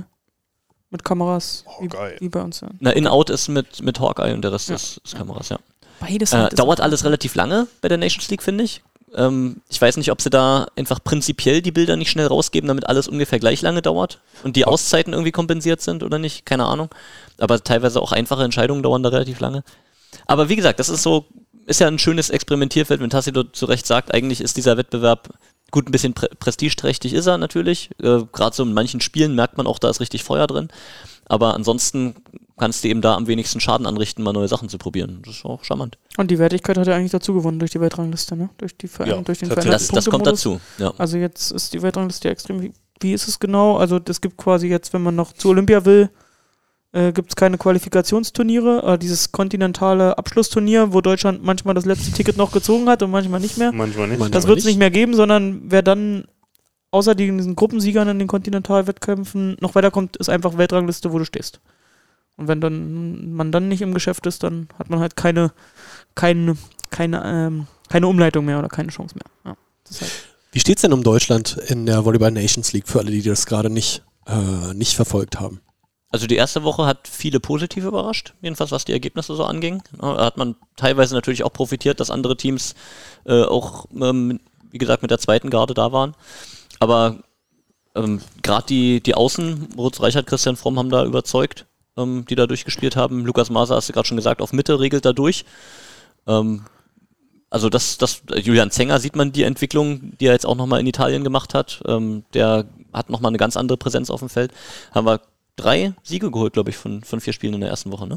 mit Kameras? Wie, Hawkeye. wie bei uns. Ja. Na, In-Out ist mit, mit Hawkeye und der Rest Ja. ist, ist Kameras, ja. Beides Äh, halt ist dauert auch- alles relativ lange bei der Nations League, finde ich. Ähm, ich weiß nicht, ob sie da einfach prinzipiell die Bilder nicht schnell rausgeben, damit alles ungefähr gleich lange dauert und die Auszeiten irgendwie kompensiert sind oder nicht, keine Ahnung. Aber teilweise auch einfache Entscheidungen dauern da relativ lange. Aber wie gesagt, das ist so, ist ja ein schönes Experimentierfeld, wenn Tassilo zu Recht sagt, eigentlich ist dieser Wettbewerb gut, ein bisschen pre prestigeträchtig ist er natürlich. Äh, Gerade so in manchen Spielen merkt man auch, da ist richtig Feuer drin. Aber ansonsten kannst du eben da am wenigsten Schaden anrichten, mal neue Sachen zu probieren. Das ist auch charmant. Und die Wertigkeit hat ja eigentlich dazu gewonnen durch die Weltrangliste, ne? Durch, die Ver Ja, durch den tatsächlich. Das, das kommt Punktemodus. dazu. Ja. Also jetzt ist die Weltrangliste ja extrem. Wie, wie ist es genau? Also das gibt quasi jetzt, wenn man noch zu Olympia will, äh, gibt es keine Qualifikationsturniere. Äh, dieses kontinentale Abschlussturnier, wo Deutschland manchmal das letzte Ticket noch gezogen hat und manchmal nicht mehr. Manchmal nicht. Manchmal Das wird es nicht. nicht mehr geben, sondern wer dann außer diesen Gruppensiegern in den Kontinentalwettkämpfen noch weiterkommt, ist einfach Weltrangliste, wo du stehst. Und wenn dann man dann nicht im Geschäft ist, dann hat man halt keine, keine, keine, ähm, keine Umleitung mehr oder keine Chance mehr. Ja, das ist halt Wie steht es denn um Deutschland in der Volleyball Nations League für alle, die das gerade nicht, äh, nicht verfolgt haben? Also die erste Woche hat viele positiv überrascht, jedenfalls was die Ergebnisse so anging. Ja, da hat man teilweise natürlich auch profitiert, dass andere Teams äh, auch, ähm, wie gesagt, mit der zweiten Garde da waren. Aber ähm, gerade die, die Außen, Moritz Reichert, Christian Fromm haben da überzeugt, ähm, die da durchgespielt haben. Lukas Maser, hast du gerade schon gesagt, auf Mitte regelt da durch. Ähm, also das, das, Julian Zenger sieht man die Entwicklung, die er jetzt auch nochmal in Italien gemacht hat. Ähm, der hat nochmal eine ganz andere Präsenz auf dem Feld. Haben wir drei Siege geholt, glaube ich, von, von vier Spielen in der ersten Woche, ne?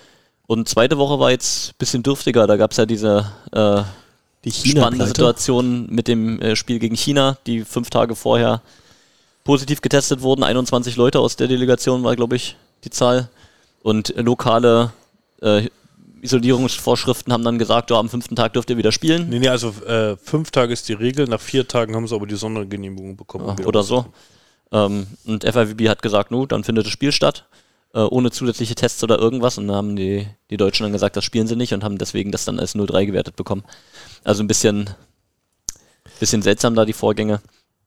Und zweite Woche war jetzt ein bisschen dürftiger, da gab es ja diese äh, Die spannende China-Pleite. Situation mit dem äh, Spiel gegen China, die fünf Tage vorher positiv getestet wurden. einundzwanzig Leute aus der Delegation war, glaube ich, die Zahl. Und äh, lokale äh, Isolierungsvorschriften haben dann gesagt, ja, am fünften Tag dürft ihr wieder spielen. Nee, nee, also äh, fünf Tage ist die Regel, nach vier Tagen haben sie aber die Sondergenehmigung bekommen. um Ja, wieder oder so. Ähm, und F I V B hat gesagt, no, dann findet das Spiel statt, äh, ohne zusätzliche Tests oder irgendwas. Und dann haben die, die Deutschen dann gesagt, das spielen sie nicht und haben deswegen das dann als null drei gewertet bekommen. Also ein bisschen, bisschen seltsam da die Vorgänge.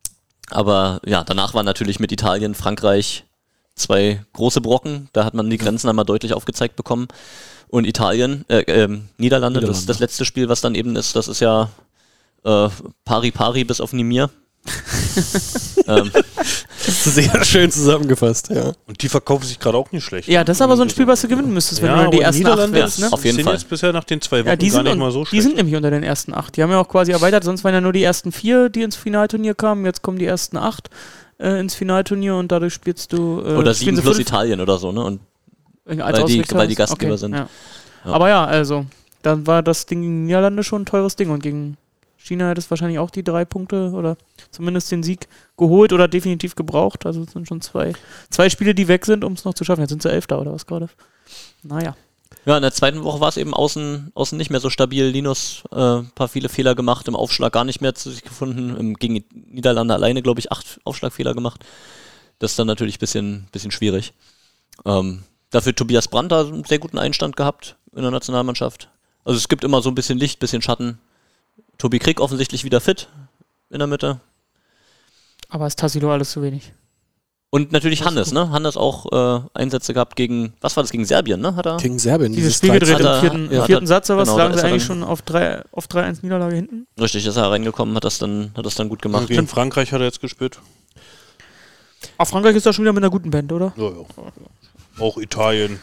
Aber ja, danach waren natürlich mit Italien, Frankreich zwei große Brocken. Da hat man die Grenzen einmal deutlich aufgezeigt bekommen. Und Italien, äh, ähm, Niederlande, Niederlande. Das, das letzte Spiel, was dann eben ist, das ist ja äh, pari pari bis auf Nimir. ähm, Sehr schön zusammengefasst, ja. Und die verkaufen sich gerade auch nicht schlecht. Ja, das ist aber so ein Spiel, was du gewinnen müsstest, wenn Ja, du dann die aber ersten acht Niederlande wärst, ne? auf jeden sind Fall. jetzt bisher nach den zwei Wochen Ja, die gar sind, nicht un- mal so die schlecht. sind nämlich unter den ersten acht. Die haben ja auch quasi erweitert, sonst waren ja nur die ersten vier, die ins Finalturnier kamen. Jetzt kommen die ersten acht äh, ins Finalturnier und dadurch spielst du. Äh, oder spielen sieben sie plus fünf- Italien oder so, ne? Und als weil die- Ausrichter weil die ist- Gastgeber okay, sind. Ja. Ja. Aber ja, also, dann war das Ding gegen die Niederlande schon ein teures Ding und gegen China hätte es wahrscheinlich auch die drei Punkte oder zumindest den Sieg geholt oder definitiv gebraucht. Also es sind schon zwei, zwei Spiele, die weg sind, um es noch zu schaffen. Jetzt sind sie Elfter oder was gerade. Naja. Ja, in der zweiten Woche war es eben außen, außen nicht mehr so stabil. Linus äh, ein paar viele Fehler gemacht, im Aufschlag gar nicht mehr zu sich gefunden. Im, gegen die Niederlande alleine, glaube ich, acht Aufschlagfehler gemacht. Das ist dann natürlich ein bisschen, bisschen schwierig. Ähm, dafür Tobias Brandt da einen sehr guten Einstand gehabt in der Nationalmannschaft. Also es gibt immer so ein bisschen Licht, bisschen Schatten. Tobi Krieg offensichtlich wieder fit in der Mitte. Aber ist Tassilo alles zu wenig? Und natürlich Hannes, ne? Hannes auch äh, Einsätze gehabt gegen, was war das, gegen Serbien, ne? Hat er? Gegen Serbien. Dieses dieses Spiel gedreht hat er- im vierten, ja, im vierten hat er- Satz oder was? genau, Lagen da sie ist er eigentlich dann- schon auf drei auf drei eins Niederlage hinten? Richtig, ist er reingekommen, hat das dann, hat das dann gut gemacht. Gegen Frankreich hat er jetzt gespielt. Auch Frankreich ist doch schon wieder mit einer guten Band, oder? Ja, ja. Auch Italien.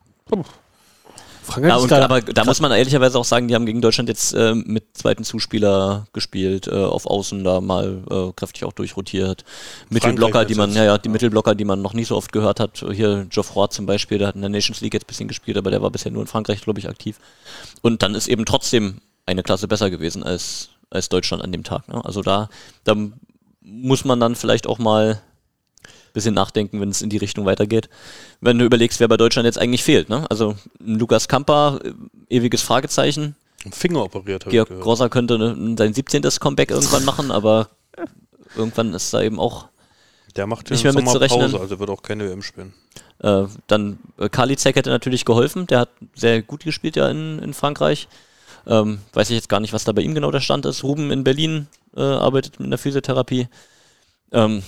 Frankreich Ja, ist und, da- aber da muss man ehrlicherweise auch sagen, die haben gegen Deutschland jetzt äh, mit zweiten Zuspieler gespielt, äh, auf Außen da mal äh, kräftig auch durchrotiert. Mittelblocker, die man, jetzt. ja, ja, die Mittelblocker, die man noch nicht so oft gehört hat. Hier Geoffroy zum Beispiel, der hat in der Nations League jetzt ein bisschen gespielt, aber der war bisher nur in Frankreich, glaube ich, aktiv. Und dann ist eben trotzdem eine Klasse besser gewesen als, als Deutschland an dem Tag. Ne? Also da, da muss man dann vielleicht auch mal bisschen nachdenken, wenn es in die Richtung weitergeht. Wenn du überlegst, wer bei Deutschland jetzt eigentlich fehlt, ne? Also Lukas Kamper, äh, ewiges Fragezeichen. Ein Finger operiert. hab ich Georg gehört. Grosser könnte ne, sein siebzehntes Comeback irgendwann machen, aber irgendwann ist da eben auch Der macht ja nicht mehr Sommerpause, mitzurechnen. also wird auch keine W M spielen. Äh, dann äh, Karliczek hätte natürlich geholfen, der hat sehr gut gespielt ja in, in Frankreich. Ähm, weiß ich jetzt gar nicht, was da bei ihm genau der Stand ist. Ruben in Berlin äh, arbeitet mit einer Physiotherapie. Ähm,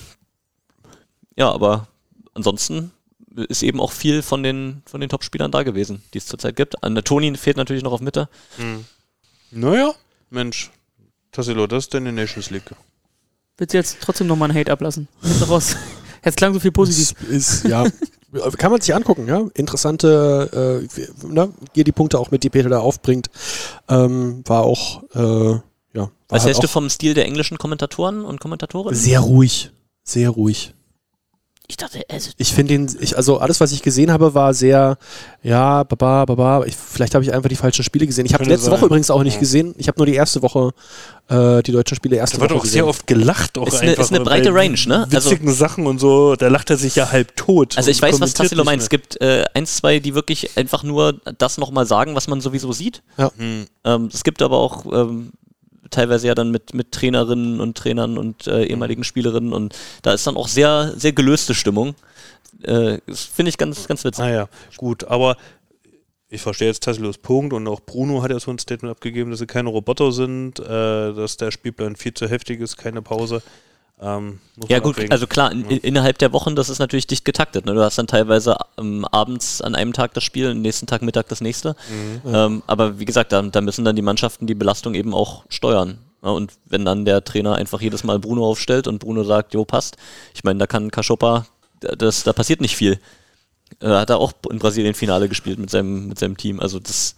ja, aber ansonsten ist eben auch viel von den, von den Top-Spielern da gewesen, die es zurzeit gibt. An der Toni fehlt natürlich noch auf Mitte. Hm. Naja, Mensch. Tassilo, das ist denn die Nations League. Willst du jetzt trotzdem nochmal einen Hate ablassen? Hinten raus. Jetzt klang so viel positiv. Ist, ist, ja, kann man sich angucken, ja. Interessante, äh, ne? Hier die Punkte auch mit, die Peter da aufbringt. Ähm, war auch, äh, ja. War Was halt hältst du auch vom Stil der englischen Kommentatoren und Kommentatorinnen? sehr ruhig. Sehr ruhig. Ich dachte, also Ich finde ihn, ich, also alles, was ich gesehen habe, war sehr, ja, baba, baba. Ich, vielleicht habe ich einfach die falschen Spiele gesehen. Ich habe Könnte letzte sein. Woche übrigens auch nicht Ja. gesehen. Ich habe nur die erste Woche, äh, die deutschen Spiele erste Da wird Woche auch gesehen. sehr oft gelacht. Auch Ist eine- einfach ist eine bei breite Range, ne? Also- Witzigen Sachen und so, da lacht er sich ja halb tot. Also ich und weiß, was kommentiert Tassilo nicht meint. Es mehr. gibt äh, eins, zwei, die wirklich einfach nur das nochmal sagen, was man sowieso sieht. Hm. Ähm, es gibt aber auch ähm, teilweise ja dann mit, mit Trainerinnen und Trainern und äh, ehemaligen Spielerinnen und da ist dann auch sehr, sehr gelöste Stimmung. Äh, das finde ich ganz, ganz witzig. Ah ja, gut, aber ich verstehe jetzt Tassilos Punkt und auch Bruno hat ja so ein Statement abgegeben, dass sie keine Roboter sind, äh, dass der Spielplan viel zu heftig ist, keine Pause. Ähm, muss Ja man gut, abwägen. also klar, in, in, innerhalb der Wochen, das ist natürlich dicht getaktet. Ne? Du hast dann teilweise ähm, abends an einem Tag das Spiel, am nächsten Tag Mittag das nächste. Mhm. Ähm, aber wie gesagt, da, da müssen dann die Mannschaften die Belastung eben auch steuern. Ja, und wenn dann der Trainer einfach jedes Mal Bruno aufstellt und Bruno sagt, jo, passt. Ich meine, da kann Kaschopa, das, da passiert nicht viel. Äh, hat er auch in Brasilien Finale gespielt mit seinem, mit seinem Team. Also das,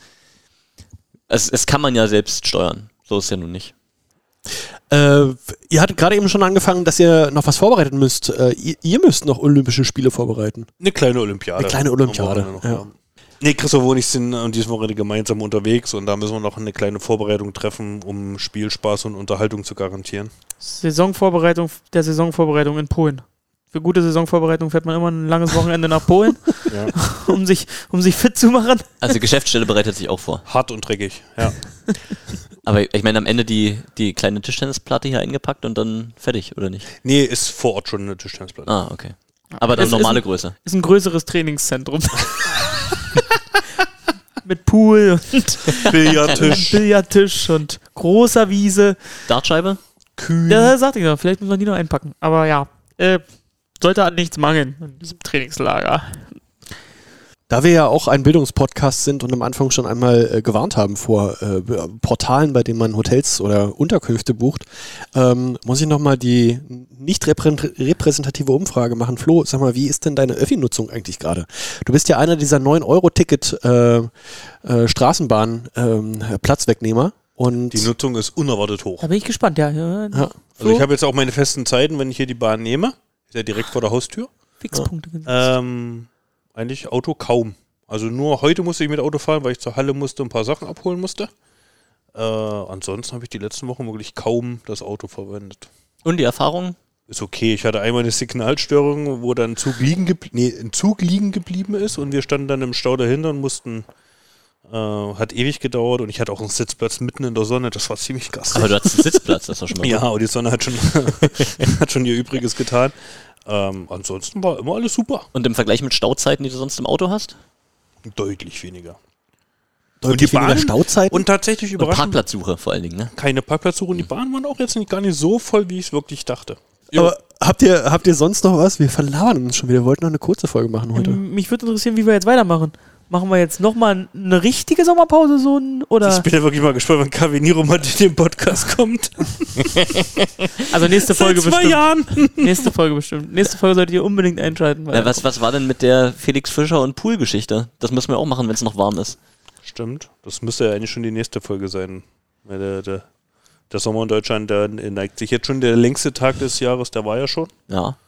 es, es kann man ja selbst steuern. So ist es ja nun nicht. Äh, ihr hattet gerade eben schon angefangen, dass ihr noch was vorbereiten müsst. Äh, ihr, ihr müsst noch Olympische Spiele vorbereiten. Eine kleine Olympiade. Eine kleine Olympiade, Am Wochenende noch, ja. ja. Nee, Christoph und ich sind an diesem Wochenende gemeinsam unterwegs und da müssen wir noch eine kleine Vorbereitung treffen, um Spielspaß und Unterhaltung zu garantieren. Saisonvorbereitung der Saisonvorbereitung in Polen. Für gute Saisonvorbereitung fährt man immer ein langes Wochenende nach Polen, Ja. um, sich, um sich fit zu machen. Also die Geschäftsstelle bereitet sich auch vor. Hart und dreckig, ja. Aber ich meine, am Ende die, die kleine Tischtennisplatte hier eingepackt und dann fertig, oder nicht? Nee, ist vor Ort schon eine Tischtennisplatte. Ah, okay. Aber dann Es ist normale ein- Größe. Ist ein größeres Trainingszentrum. Mit Pool und Billardtisch. Billardtisch und großer Wiese. Dartscheibe? Kühl. Ja, sagte ich noch, vielleicht muss man die noch einpacken. Aber ja, äh, sollte an nichts mangeln in diesem Trainingslager. Da wir ja auch ein Bildungspodcast sind und am Anfang schon einmal äh, gewarnt haben vor äh, Portalen, bei denen man Hotels oder Unterkünfte bucht, ähm, muss ich nochmal die nicht reprä- repräsentative Umfrage machen. Flo, sag mal, wie ist denn deine Öffi-Nutzung eigentlich gerade? Du bist ja einer dieser neun Euro Ticket äh, äh, Straßenbahn-Platzwegnehmer. Und Die Nutzung ist unerwartet hoch. Da bin ich gespannt, ja. ja. ja, Also ich habe jetzt auch meine festen Zeiten, wenn ich hier die Bahn nehme. Ist ja direkt vor der Haustür. Fixpunkte gesetzt. Ähm, eigentlich Auto kaum. Also nur heute musste ich mit Auto fahren, weil ich zur Halle musste und ein paar Sachen abholen musste. Äh, ansonsten habe ich die letzten Wochen wirklich kaum das Auto verwendet. Und die Erfahrung? Ist okay. Ich hatte einmal eine Signalstörung, wo dann ein Zug liegen, gebl- nee, ein Zug liegen geblieben ist und wir standen dann im Stau dahinter und mussten, äh, hat ewig gedauert und ich hatte auch einen Sitzplatz mitten in der Sonne. Das war ziemlich garstig. Aber du hattest einen Sitzplatz, das war schon mal Ja, gut. und die Sonne hat schon, hat schon ihr Übriges getan. Ähm, ansonsten war immer alles super. Und im Vergleich mit Stauzeiten, die du sonst im Auto hast? Deutlich weniger. deutlich die weniger Bahn- Stauzeiten. Und tatsächlich Und überraschend Parkplatzsuche vor allen Dingen, ne? keine Parkplatzsuche und die Bahnen waren auch jetzt nicht, gar nicht so voll, wie ich es wirklich dachte. Aber habt ihr, habt ihr sonst noch was? Wir verlabern uns schon wieder. Wir wollten noch eine kurze Folge machen heute. Ähm, Mich würde interessieren, wie wir jetzt weitermachen. Machen wir jetzt nochmal eine richtige Sommerpause so ein, oder? Ich bin ja wirklich mal gespannt, wenn K W Niroman in den Podcast kommt. Also nächste Folge Seit zwei bestimmt. Jahren. Nächste Folge bestimmt. Nächste Folge solltet ihr unbedingt einschalten. Weil Ja, was, was war denn mit der Felix Fischer und Pool-Geschichte? Das müssen wir auch machen, wenn es noch warm ist. Stimmt, das müsste ja eigentlich schon die nächste Folge sein. Weil der, der, der Sommer in Deutschland, der neigt sich jetzt schon, der längste Tag des Jahres, der war ja schon. Ja.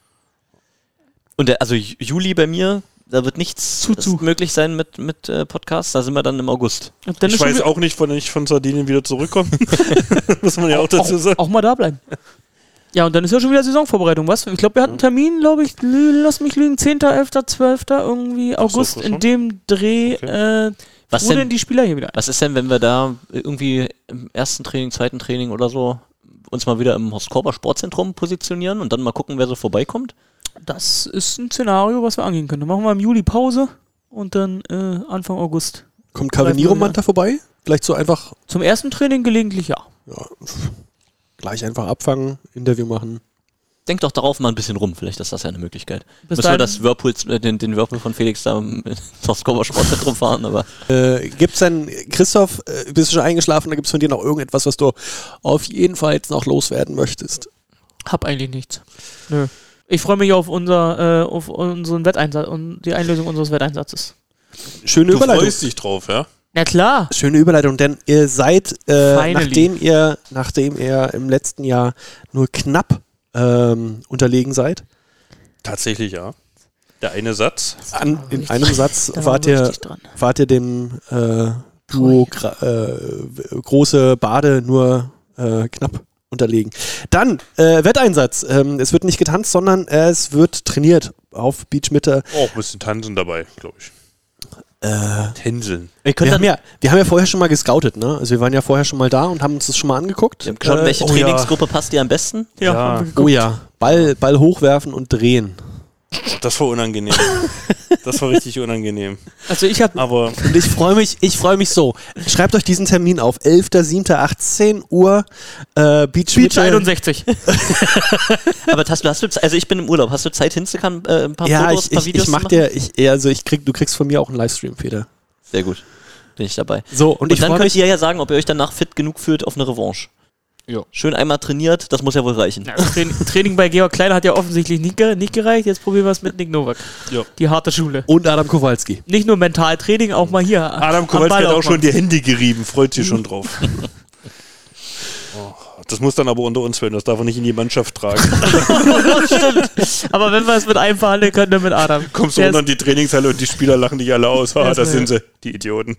Und der, also Ju- Juli bei mir, da wird nichts Zu, zu. möglich sein mit, mit äh, Podcasts. Da sind wir dann im August. Und dann Ich ist schon weiß wieder- auch nicht, wann ich von Sardinien wieder zurückkomme. Muss man ja auch dazu auch, sagen. auch mal da bleiben. Ja, und dann ist ja schon wieder Saisonvorbereitung, was? Ich glaube, wir hatten einen Termin, glaube ich, lü- lass mich lügen, zehnter, elfter, zwölfter irgendwie August so, in schon? dem Dreh. Okay. Äh, Was wo denn denn, die Spieler hier wieder? was ist denn, wenn wir da irgendwie im ersten Training, zweiten Training oder so uns mal wieder im Horst Korber Sportzentrum positionieren und dann mal gucken, wer so vorbeikommt? Das ist ein Szenario, was wir angehen können. Dann machen wir im Juli Pause und dann äh, Anfang August. Kommt Carveniro-Mann da vorbei? Vielleicht so einfach Zum ersten Training gelegentlich ja. ja, gleich einfach abfangen, Interview machen. Denk doch darauf mal ein bisschen rum, vielleicht ist das ja eine Möglichkeit. Bis Müssen wir dahin- das Whirlpool, äh, den, den Whirlpool von Felix da im Horst Korber Sportzentrum fahren, aber Äh, gibt's denn, Christoph, äh, bist du schon eingeschlafen? Da gibt's von dir noch irgendetwas, was du auf jeden Fall jetzt noch loswerden möchtest? Hab eigentlich nichts. Nö. Ich freue mich auf unser, äh, auf unseren Wetteinsatz und die Einlösung unseres Wetteinsatzes. Schöne Du Überleitung. freust dich drauf, ja? Na klar. Schöne Überleitung, denn ihr seid, äh, Finally. nachdem ihr, nachdem ihr im letzten Jahr nur knapp ähm, unterlegen seid, Tatsächlich, ja. Der eine Satz. an, in einem Satz Da wart waren wir ihr, richtig dran. wart ihr dem äh, Duo gra- äh, große Bade nur äh, knapp unterlegen. Dann, äh, Wetteinsatz. Ähm, es wird nicht getanzt, sondern es wird trainiert auf Beach Mitte. Oh, ein bisschen tanzen dabei, glaube ich. Äh, Tänzeln. wir können wir, dann haben ja, wir haben ja vorher schon mal gescoutet, ne? Also wir waren ja vorher schon mal da und haben uns das schon mal angeguckt. wir haben geschaut, Äh, welche oh ja. Trainingsgruppe passt dir am besten? Ja, Ja. haben wir geguckt. Oh ja, Ball, Ball hochwerfen und drehen. Das war unangenehm. Das war richtig unangenehm. Also ich habe Aber Und ich freue mich, ich freue mich so. Schreibt euch diesen Termin auf. elfter siebter achtzehn Uhr. Äh, Beach, Beach Mitte. einundsechzig. Aber hast du, hast du, Ze- also ich bin im Urlaub, hast du Zeit hinzukommen, äh, ein paar Ja, Fotos, ich, ein paar ich, Videos ich mach zu machen? dir, ich, also ich krieg, du kriegst von mir auch einen Livestream, Peter. Sehr gut, bin ich dabei. So, und, Und, ich dann freue könnt mich. ihr ja sagen, ob ihr euch danach fit genug fühlt auf eine Revanche. Ja. Schön einmal trainiert, das muss ja wohl reichen. Ja, Training, Training bei Georg Kleiner hat ja offensichtlich nicht, ge nicht gereicht. Jetzt probieren wir es mit Nick Nowak. Ja. Die harte Schule. Und Adam Kowalski. Nicht nur Mentaltraining, auch mal hier. Adam am Kowalski Ball hat auch schon mal. die Hände gerieben, freut sich schon drauf. Oh, das muss dann aber unter uns werden, das darf er nicht in die Mannschaft tragen. Stimmt. Aber wenn wir es mit einem verhandeln können, dann mit Adam. Kommst du Der runter in die Trainingshalle und die Spieler lachen dich alle aus. Der Ha, ist das eine- sind sie, die Idioten.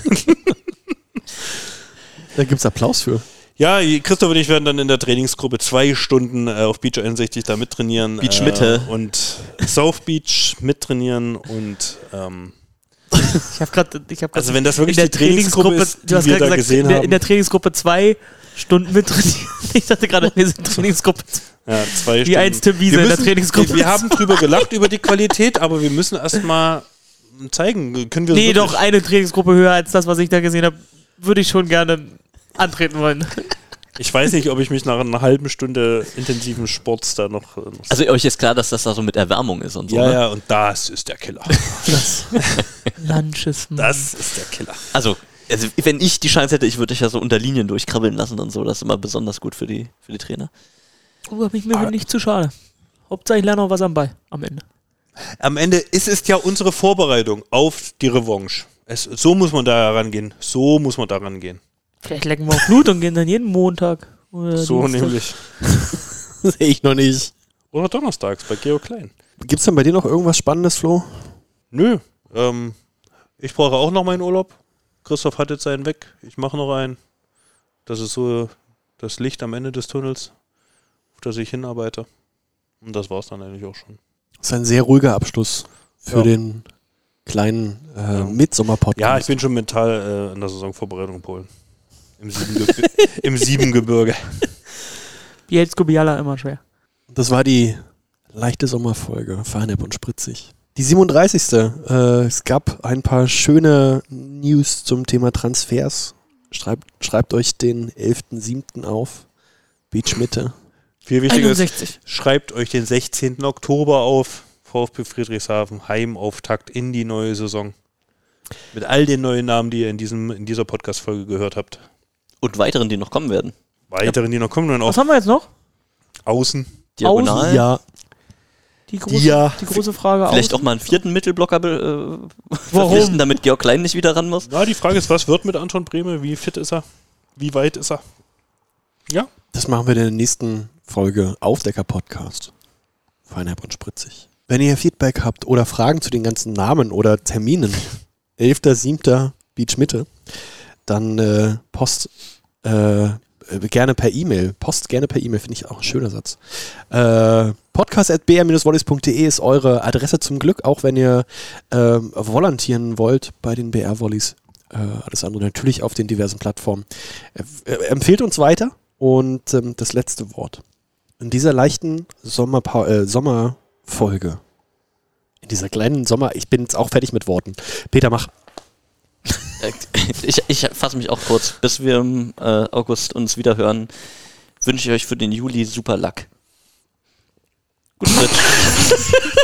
Da gibt's Applaus für. Ja, Christoph und ich werden dann in der Trainingsgruppe zwei Stunden äh, auf Beach einundsechzig da mittrainieren. Beach Mitte. Äh, und South Beach mittrainieren und ähm, Ich habe gerade, ich habe Also wenn das wirklich die Trainingsgruppe ist, die du hast wir gerade da gesagt, gesehen in der, haben. in der Trainingsgruppe zwei Stunden mittrainieren. Ich dachte gerade, wir sind Trainingsgruppe zwei. ja, zwei Wie Stunden. eins Tim Wiese Wir in der müssen- Trainingsgruppe. Wir, wir haben drüber gelacht, über die Qualität, aber wir müssen erstmal zeigen, können wir Nee, wirklich- doch eine Trainingsgruppe höher als das, was ich da gesehen habe, würde ich schon gerne antreten wollen. Ich weiß nicht, ob ich mich nach einer halben Stunde intensiven Sports da noch... noch Also euch ist klar, dass das da so mit Erwärmung ist und so, ja, ne? ja, und das ist der Killer. Lunches. Das ist der Killer. Also, also, wenn ich die Chance hätte, ich würde dich ja so unter Linien durchkrabbeln lassen und so. Das ist immer besonders gut für die, für die Trainer. Oh, hab ich mir ah. nicht zu schade. Hauptsache ich lerne noch was am Ball am Ende. Am Ende ist es ja unsere Vorbereitung auf die Revanche. Es, so muss man da herangehen. So muss man da rangehen. Vielleicht lecken wir auch Blut und gehen dann jeden Montag. Oder so Dienstag. nämlich. Sehe ich noch nicht. Oder donnerstags bei Geo Klein. Gibt's denn bei dir noch irgendwas Spannendes, Flo? Nö. Ähm, ich brauche auch noch meinen Urlaub. Christoph hat jetzt seinen weg. Ich mache noch einen. Das ist so das Licht am Ende des Tunnels, auf das ich hinarbeite. Und das war's dann eigentlich auch schon. Das ist ein sehr ruhiger Abschluss für ja. den kleinen äh, ja. Mitsommer-Podcast. Ja, ich bin schon mental äh, in der Saisonvorbereitung in Polen. Im, Siebengebirge. Im Siebengebirge. Bielsko-Biala immer schwer. Das war die leichte Sommerfolge, Feinab und Spritzig. Die siebenunddreißigste Äh, es gab ein paar schöne News zum Thema Transfers. Schreibt, schreibt euch den elften siebten auf. Beach Mitte. Viel wichtiger einundsechzig. ist, schreibt euch den sechzehnten Oktober auf. VfB Friedrichshafen, Heimauftakt in die neue Saison. Mit all den neuen Namen, die ihr in, diesem, in dieser Podcast-Folge gehört habt. Und weiteren, die noch kommen werden. Weiteren, die noch kommen. Und auch was haben wir jetzt noch? Außen. Diagonal. Außen, ja. Die große, ja. die große Frage. Vielleicht außen. auch mal einen vierten Mittelblocker äh, Warum? verpflichten, damit Georg Klein nicht wieder ran muss. Na, die Frage ist, was wird mit Anton Brehme? Wie fit ist er? Wie weit ist er? Ja. Das machen wir in der nächsten Folge Aufdecker-Podcast. Feinab und Spritzig. Wenn ihr Feedback habt oder Fragen zu den ganzen Namen oder Terminen, elfter siebter Beach Mitte, dann äh, post äh, gerne per E-Mail. Post gerne per E-Mail, finde ich auch ein schöner Satz. Äh, podcast at b r dash volleys punkt d e ist eure Adresse zum Glück, auch wenn ihr äh, volontieren wollt bei den B R-Volleys. Äh, alles andere natürlich auf den diversen Plattformen. Äh, äh, empfehlt uns weiter und ähm, das letzte Wort. In dieser leichten Sommerpa- äh, Sommerfolge, in dieser kleinen Sommer, ich bin jetzt auch fertig mit Worten. Peter, mach. Ich, ich fasse mich auch kurz. Bis wir im äh, August uns wieder hören, wünsche ich euch für den Juli super Luck. Guten Schritt.